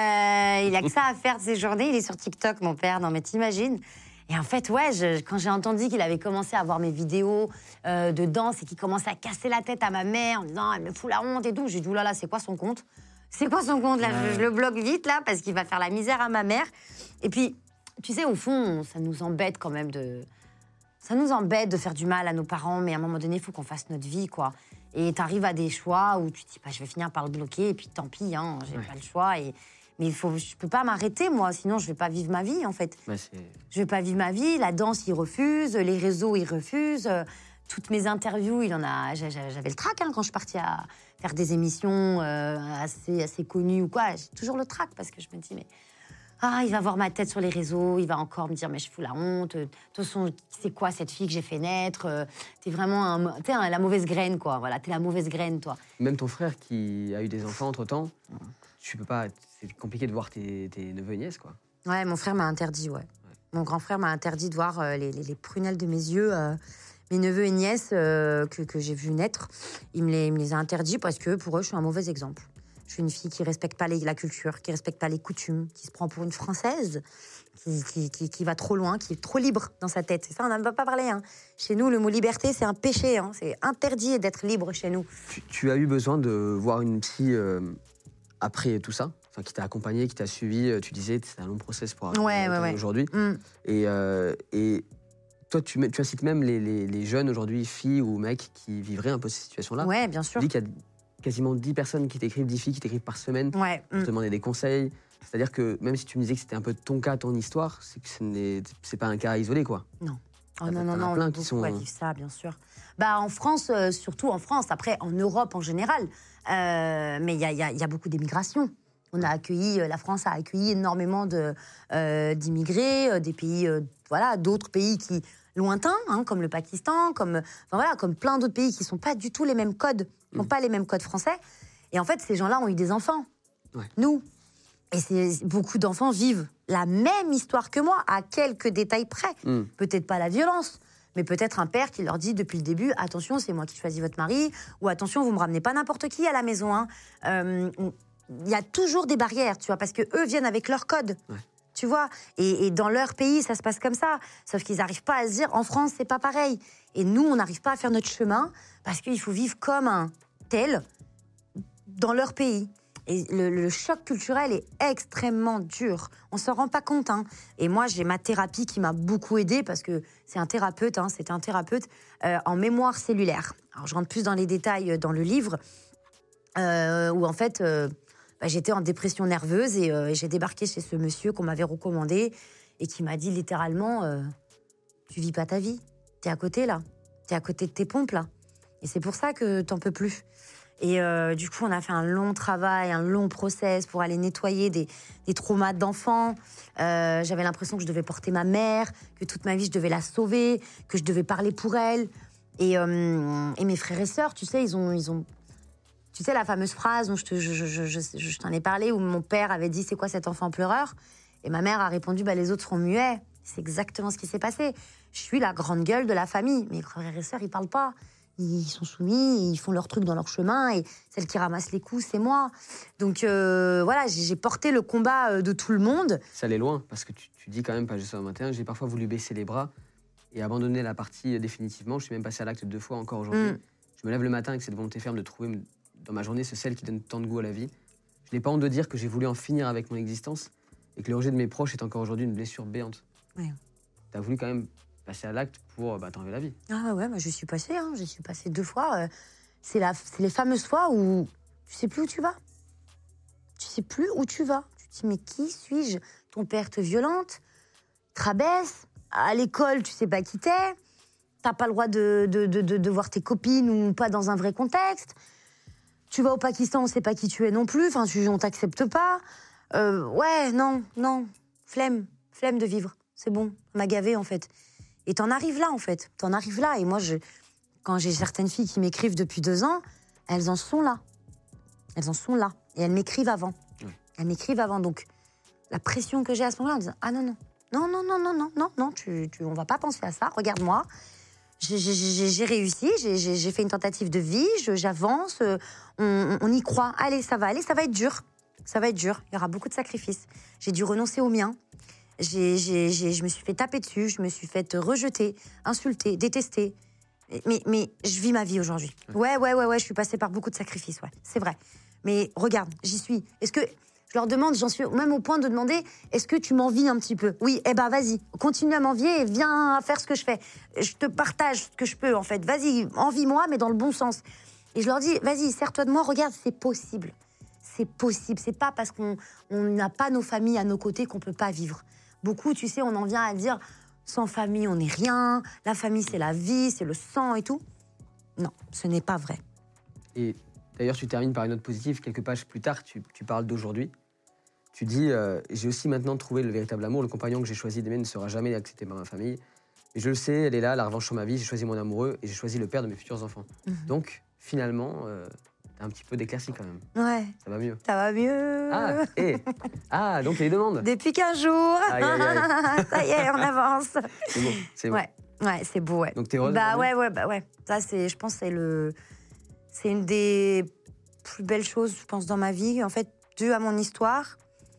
il a que ça à faire de ses journées, il est sur TikTok, mon père, non mais t'imagines. Et en fait, ouais, je, quand j'ai entendu qu'il avait commencé à voir mes vidéos euh, de danse et qu'il commençait à casser la tête à ma mère en disant, elle me fout la honte et tout, j'ai dit, oulala, c'est quoi son compte ? C'est quoi son compte, là ? je, je le bloque vite, là, parce qu'il va faire la misère à ma mère. Et puis, tu sais, au fond, ça nous embête quand même de... Ça nous embête de faire du mal à nos parents, mais à un moment donné, il faut qu'on fasse notre vie, quoi. Et t'arrives à des choix où tu te dis, bah, je vais finir par le bloquer, et puis tant pis, hein, j'ai Ouais. pas le choix. Et... Mais il faut, je peux pas m'arrêter, moi, sinon je vais pas vivre ma vie, en fait. Bah, c'est... Je vais pas vivre ma vie, la danse, il refuse, les réseaux, ils refusent. euh, Toutes mes interviews, il en a... j'a- j'a- J'avais le trac, hein, quand je suis partie à faire des émissions euh, assez, assez connues ou quoi. J'ai toujours le trac, parce que je me dis, mais... Ah, il va voir ma tête sur les réseaux, il va encore me dire, mais je fous la honte. De toute façon, c'est quoi cette fille que j'ai fait naître euh, T'es vraiment un, t'es un- la mauvaise graine, quoi. Voilà, t'es la mauvaise graine, toi. Même ton frère qui a eu des enfants entre-temps, tu peux pas... C'est compliqué de voir tes, tes neveux et nièces, quoi. Ouais, mon frère m'a interdit, ouais. Mon grand frère m'a interdit de voir euh, les, les- les prunelles de mes yeux, euh, mes neveux et nièces euh, que, que j'ai vus naître. Il me, les, il me les a interdits parce que pour eux, je suis un mauvais exemple. Je suis une fille qui respecte pas les- la culture, qui respecte pas les coutumes, qui se prend pour une Française, qui, qui, qui, qui va trop loin, qui est trop libre dans sa tête. C'est ça, on n'en va pas parler. Hein. Chez nous, le mot liberté, c'est un péché. Hein. C'est interdit d'être libre chez nous. Tu, tu as eu besoin de voir une psy euh, après tout ça, enfin, qui t'a accompagné, qui t'a suivi. euh, Tu disais que c'était un long process pour arriver Ouais, à ouais, toi ouais. aujourd'hui. Mm. Et, euh, et toi, tu, mets- tu incites même les, les, les jeunes aujourd'hui, filles ou mecs, qui vivraient un peu ces situations-là. Ouais, bien Tu sûr. dis qu'il y a quasiment dix personnes qui t'écrivent, dix filles qui t'écrivent par semaine Ouais. pour mm. te demander des conseils. C'est-à-dire que même si tu me disais que c'était un peu ton cas, ton histoire, c'est que ce n'est c'est pas un cas isolé, quoi. Non. Oh T'en non, as non, non, plein on est qui beaucoup sont- à vivre ça, bien sûr. Bah, en France, euh, surtout en France, après, en Europe en général. Euh, mais il y a, il y a- il y a beaucoup d'émigration. On a accueilli, euh, la France a accueilli énormément de, euh, d'immigrés, euh, des pays, euh, voilà, d'autres pays qui lointains, hein, comme le Pakistan, comme, enfin, voilà, comme plein d'autres pays qui sont pas du tout les mêmes codes, qui n'ont Mm. pas les mêmes codes français. Et en fait, ces gens-là ont eu des enfants. Ouais. Nous. Et c'est, beaucoup d'enfants vivent la même histoire que moi, à quelques détails près. Mm. Peut-être pas la violence, mais peut-être un père qui leur dit depuis le début, attention, c'est moi qui choisis votre mari, ou attention, vous me ramenez pas n'importe qui à la maison. Hein. Euh, on- Il y a toujours des barrières, tu vois, parce que eux viennent avec leur code. Ouais. Tu vois, et, et dans leur pays, ça se passe comme ça. Sauf qu'ils n'arrivent pas à se dire, en France, c'est pas pareil. Et nous, on n'arrive pas à faire notre chemin parce qu'il faut vivre comme un tel dans leur pays. Et le, le choc culturel est extrêmement dur. On s'en rend pas compte. Hein. Et moi, j'ai ma thérapie qui m'a beaucoup aidée parce que c'est un thérapeute, hein, c'était un thérapeute euh, en mémoire cellulaire. Alors, je rentre plus dans les détails dans le livre, euh, où en fait, euh, bah, j'étais en dépression nerveuse et, euh, et j'ai débarqué chez ce monsieur qu'on m'avait recommandé et qui m'a dit littéralement euh, tu vis pas ta vie, t'es à côté là, t'es à côté de tes pompes là. Et c'est pour ça que t'en peux plus. Et euh, du coup, on a fait un long travail, un long process pour aller nettoyer des, des traumas d'enfants. Euh, j'avais l'impression que je devais porter ma mère, que toute ma vie, je devais la sauver, que je devais parler pour elle. Et, euh, et mes frères et sœurs, tu sais, ils ont... Ils ont tu sais, la fameuse phrase dont je, te, je, je, je, je, je t'en ai parlé, où mon père avait dit « C'est quoi cet enfant pleureur ?» Et ma mère a répondu bah, « Les autres seront muets. » C'est exactement ce qui s'est passé. Je suis la grande gueule de la famille. Mes frères et sœurs, ils parlent pas. ils sont soumis, ils font leur truc dans leur chemin, et celle qui ramasse les coups, c'est moi. Donc euh, voilà, j'ai, j'ai porté le combat de tout le monde. Ça allait loin, parce que tu, tu dis quand même, page deux cent vingt et un, j'ai parfois voulu baisser les bras et abandonner la partie définitivement. Je suis même passé à l'acte deux fois encore aujourd'hui. Mm. Je me lève le matin avec cette volonté ferme de trouver dans ma journée ce sel qui donne tant de goût à la vie. Je n'ai pas honte de dire que j'ai voulu en finir avec mon existence et que le rejet de mes proches est encore aujourd'hui une blessure béante. Ouais. Tu as voulu quand même passer à l'acte pour bah, t'enlever la vie. Ah ouais, bah, je suis passée, hein, je suis passée deux fois. Euh, c'est, la, c'est les fameuses fois où tu sais plus où tu vas. Tu sais plus où tu vas. Tu te dis, mais qui suis-je? Ton père te violente, te rabaisse. À l'école, tu sais pas qui t'es. T'as pas le droit de, de, de, de, de voir tes copines ou pas dans un vrai contexte. Tu vas au Pakistan, on sait pas qui tu es non plus. Enfin, tu, on t'accepte pas. Euh, ouais, non, non. Flemme, flemme de vivre. C'est bon, on m'a gavé en fait. Et t'en arrives là, en fait. T'en arrives là. Et moi, je, quand j'ai certaines filles qui m'écrivent depuis deux ans, elles en sont là. Elles en sont là. Et elles m'écrivent avant. Oui. Elles m'écrivent avant. Donc, la pression que j'ai à ce moment-là, en disant, ah non, non, non, non, non, non, non, non, non, tu, tu, on va pas penser à ça. Regarde-moi. J'ai, j'ai, j'ai réussi. J'ai, j'ai, j'ai fait une tentative de vie. Je, j'avance. On, on, on y croit. Allez, ça va aller. Ça va être dur. Ça va être dur. Il y aura beaucoup de sacrifices. J'ai dû renoncer au mien. J'ai, j'ai, j'ai, je me suis fait taper dessus, je me suis fait rejeter, insulter, détester. Mais, mais je vis ma vie aujourd'hui. Ouais, ouais, ouais, ouais, je suis passée par beaucoup de sacrifices, ouais, c'est vrai. Mais regarde, j'y suis. Est-ce que je leur demande, j'en suis même au point de demander, est-ce que tu m'envies un petit peu? Oui, eh ben vas-y, continue à m'envier et viens faire ce que je fais. Je te partage ce que je peux, en fait. Vas-y, envie-moi, mais dans le bon sens. Et je leur dis, vas-y, sers-toi de moi, regarde, c'est possible. C'est possible. C'est pas parce qu'on on n'a pas nos familles à nos côtés qu'on peut pas vivre. Beaucoup, tu sais, on en vient à dire sans famille, on n'est rien. La famille, c'est la vie, c'est le sang et tout. Non, ce n'est pas vrai. Et d'ailleurs, tu termines par une note positive. Quelques pages plus tard, tu, tu parles d'aujourd'hui. Tu dis euh, « J'ai aussi maintenant trouvé le véritable amour. Le compagnon que j'ai choisi d'aimer ne sera jamais accepté par ma famille. Et je le sais, elle est là, la revanche sur ma vie. J'ai choisi mon amoureux et j'ai choisi le père de mes futurs enfants. Mmh. » Donc, finalement... Euh, un petit peu d'éclaircie quand même. Ouais. Ça va mieux. Ça va mieux. Ah, et ah, donc il y a des demandes. Depuis quinze jours. Aïe, aïe, aïe. Ça y est, on avance. C'est beau, c'est beau. Ouais, ouais, c'est beau, ouais. Donc t'es heureuse? Bah ouais, ouais, bah ouais. Ça, c'est, je pense, c'est le, c'est une des plus belles choses, je pense, dans ma vie. En fait, dû à mon histoire,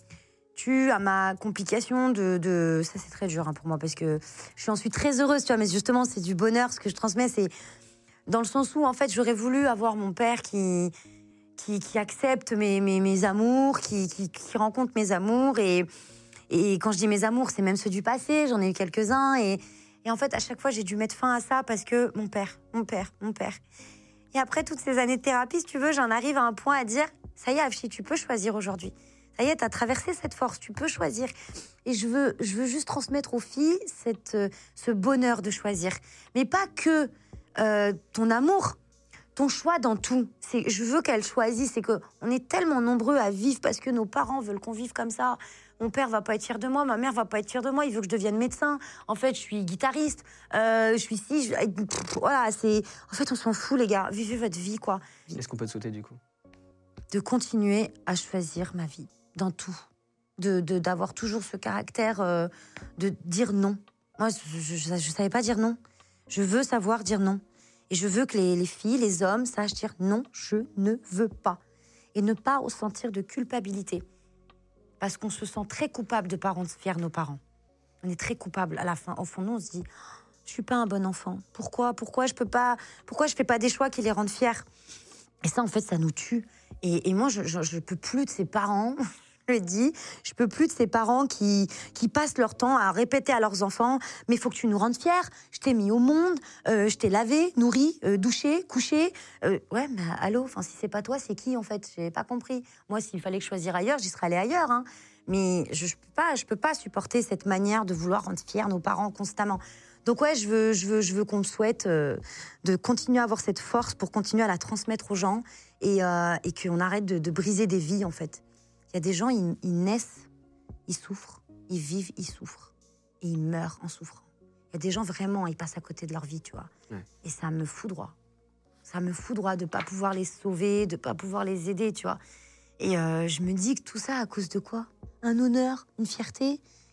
dû à ma complication de, de... ça, c'est très dur hein, pour moi parce que je suis ensuite très heureuse, tu vois. Mais justement, c'est du bonheur. Ce que je transmets, c'est dans le sens où, en fait, j'aurais voulu avoir mon père qui, qui, qui accepte mes, mes, mes amours, qui, qui, qui rencontre mes amours. Et, et quand je dis mes amours, c'est même ceux du passé, j'en ai eu quelques-uns. Et, et en fait, à chaque fois, j'ai dû mettre fin à ça parce que mon père, mon père, mon père. Et après toutes ces années de thérapie, si tu veux, j'en arrive à un point à dire, ça y est, Afshy, tu peux choisir aujourd'hui. Ça y est, t'as traversé cette force, tu peux choisir. Et je veux, je veux juste transmettre aux filles cette, ce bonheur de choisir. Mais pas que... Euh, ton amour, ton choix dans tout. C'est, je veux qu'elle choisisse. C'est qu'on est tellement nombreux à vivre parce que nos parents veulent qu'on vive comme ça. Mon père va pas être fier de moi, ma mère va pas être fière de moi. Il veut que je devienne médecin. En fait, je suis guitariste. Euh, je suis si. Je... Pff, voilà, c'est. En fait, on s'en fout, les gars. Vivez votre vie, quoi. Qu'est-ce qu'on peut te souhaiter du coup? De continuer à choisir ma vie dans tout. De, de d'avoir toujours ce caractère euh, de dire non. Moi, je, je, je, je savais pas dire non. Je veux savoir dire non. Et je veux que les, les filles, les hommes sachent dire non, je ne veux pas. Et ne pas ressentir de culpabilité. Parce qu'on se sent très coupable de ne pas rendre fiers nos parents. On est très coupable à la fin. Au fond, nous, on se dit, je suis pas un bon enfant. Pourquoi Pourquoi je peux pas Pourquoi je fais pas des choix qui les rendent fiers? Et ça, en fait, ça nous tue. Et, et moi, je, je, je peux plus de ces parents... Je le dis, je peux plus de ces parents qui, qui passent leur temps à répéter à leurs enfants « Mais il faut que tu nous rendes fiers, je t'ai mis au monde, euh, je t'ai lavé, nourri, euh, douché, couché. Euh, » Ouais, mais allô, si c'est pas toi, c'est qui en fait? J'ai pas compris. Moi, s'il fallait que je choisisse ailleurs, j'y serais allée ailleurs. Hein. Mais je, je peux pas, je peux pas supporter cette manière de vouloir rendre fiers nos parents constamment. Donc ouais, je veux, je veux, je veux qu'on me souhaite euh, de continuer à avoir cette force pour continuer à la transmettre aux gens et, euh, et qu'on arrête de, de briser des vies en fait. Il y a des gens, ils, ils naissent, ils souffrent, ils vivent, ils souffrent. Et ils meurent en souffrant. Il y a des gens, vraiment, ils passent à côté de leur vie, tu vois. Ouais. Et ça me foudroie. Ça me foudroie de ne pas pouvoir les sauver, de ne pas pouvoir les aider, tu vois. Et euh, je me dis que tout ça, à cause de quoi? Un honneur, une fierté.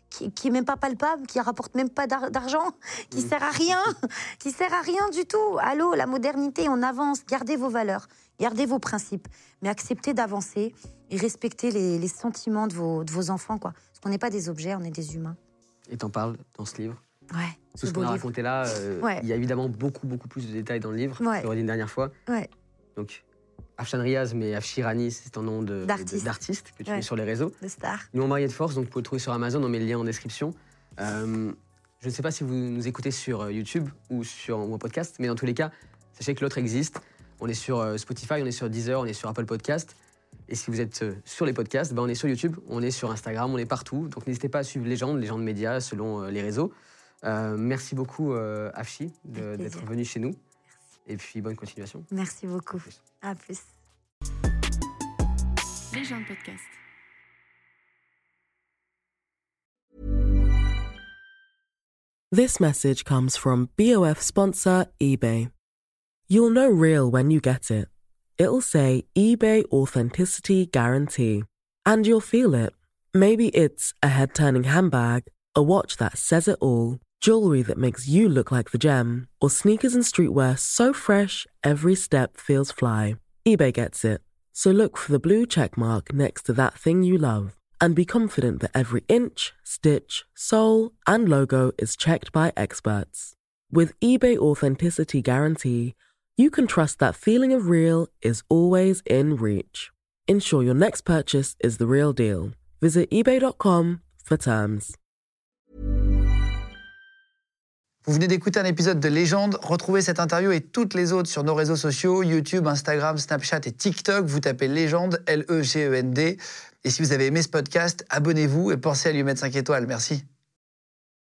qui, qui est même pas palpable, qui rapporte même pas d'ar- d'argent, qui Mm. sert à rien, qui sert à rien du tout. Allô, la modernité, on avance. Gardez vos valeurs, gardez vos principes, mais acceptez d'avancer et respectez les, les sentiments de vos, de vos enfants, quoi. Parce qu'on n'est pas des objets, on est des humains. Et t'en parles dans ce livre. Ouais. Tout ce qu'on a raconté là, euh, Ouais. il y a évidemment beaucoup, beaucoup plus de détails dans le livre. Ouais. Je l'aurais dit une dernière fois. Ouais. Donc, Afshan Riaz, mais Afshirani, c'est un nom de- D'artiste. de- d'artiste que tu Ouais. mets sur les réseaux. De star. Ils m'ont marié de force, donc vous pouvez le trouver sur Amazon, on met le lien en description. Euh, je ne sais pas si vous nous écoutez sur euh, YouTube ou sur ou en podcast, mais dans tous les cas, sachez que l'autre existe. On est sur euh, Spotify, on est sur Deezer, on est sur Apple Podcast. Et si vous êtes euh, sur les podcasts, ben on est sur YouTube, on est sur Instagram, on est partout. Donc n'hésitez pas à suivre Légende, Légende Média, selon euh, les réseaux. Euh, merci beaucoup, euh, Afshi, de- Avec d'être plaisir. venu chez nous. Et puis bonne continuation. Merci beaucoup. À plus. À plus. Légende Podcast. This message comes from B O F sponsor eBay. You'll know real when you get it. It'll say eBay Authenticity Guarantee. And you'll feel it. Maybe it's a head-turning handbag, a watch that says it all, jewelry that makes you look like the gem, or sneakers and streetwear so fresh every step feels fly. eBay gets it. So look for the blue check mark next to that thing you love. And be confident that every inch, stitch, sole, and logo is checked by experts. With eBay Authenticity Guarantee, you can trust that feeling of real is always in reach. Ensure your next purchase is the real deal. Visit ebay dot com for terms. Vous venez d'écouter un épisode de Légende. Retrouvez cette interview et toutes les autres sur nos réseaux sociaux, YouTube, Instagram, Snapchat et TikTok. Vous tapez Légende, L E G E N D. Et si vous avez aimé ce podcast, abonnez-vous et pensez à lui mettre cinq étoiles. Merci.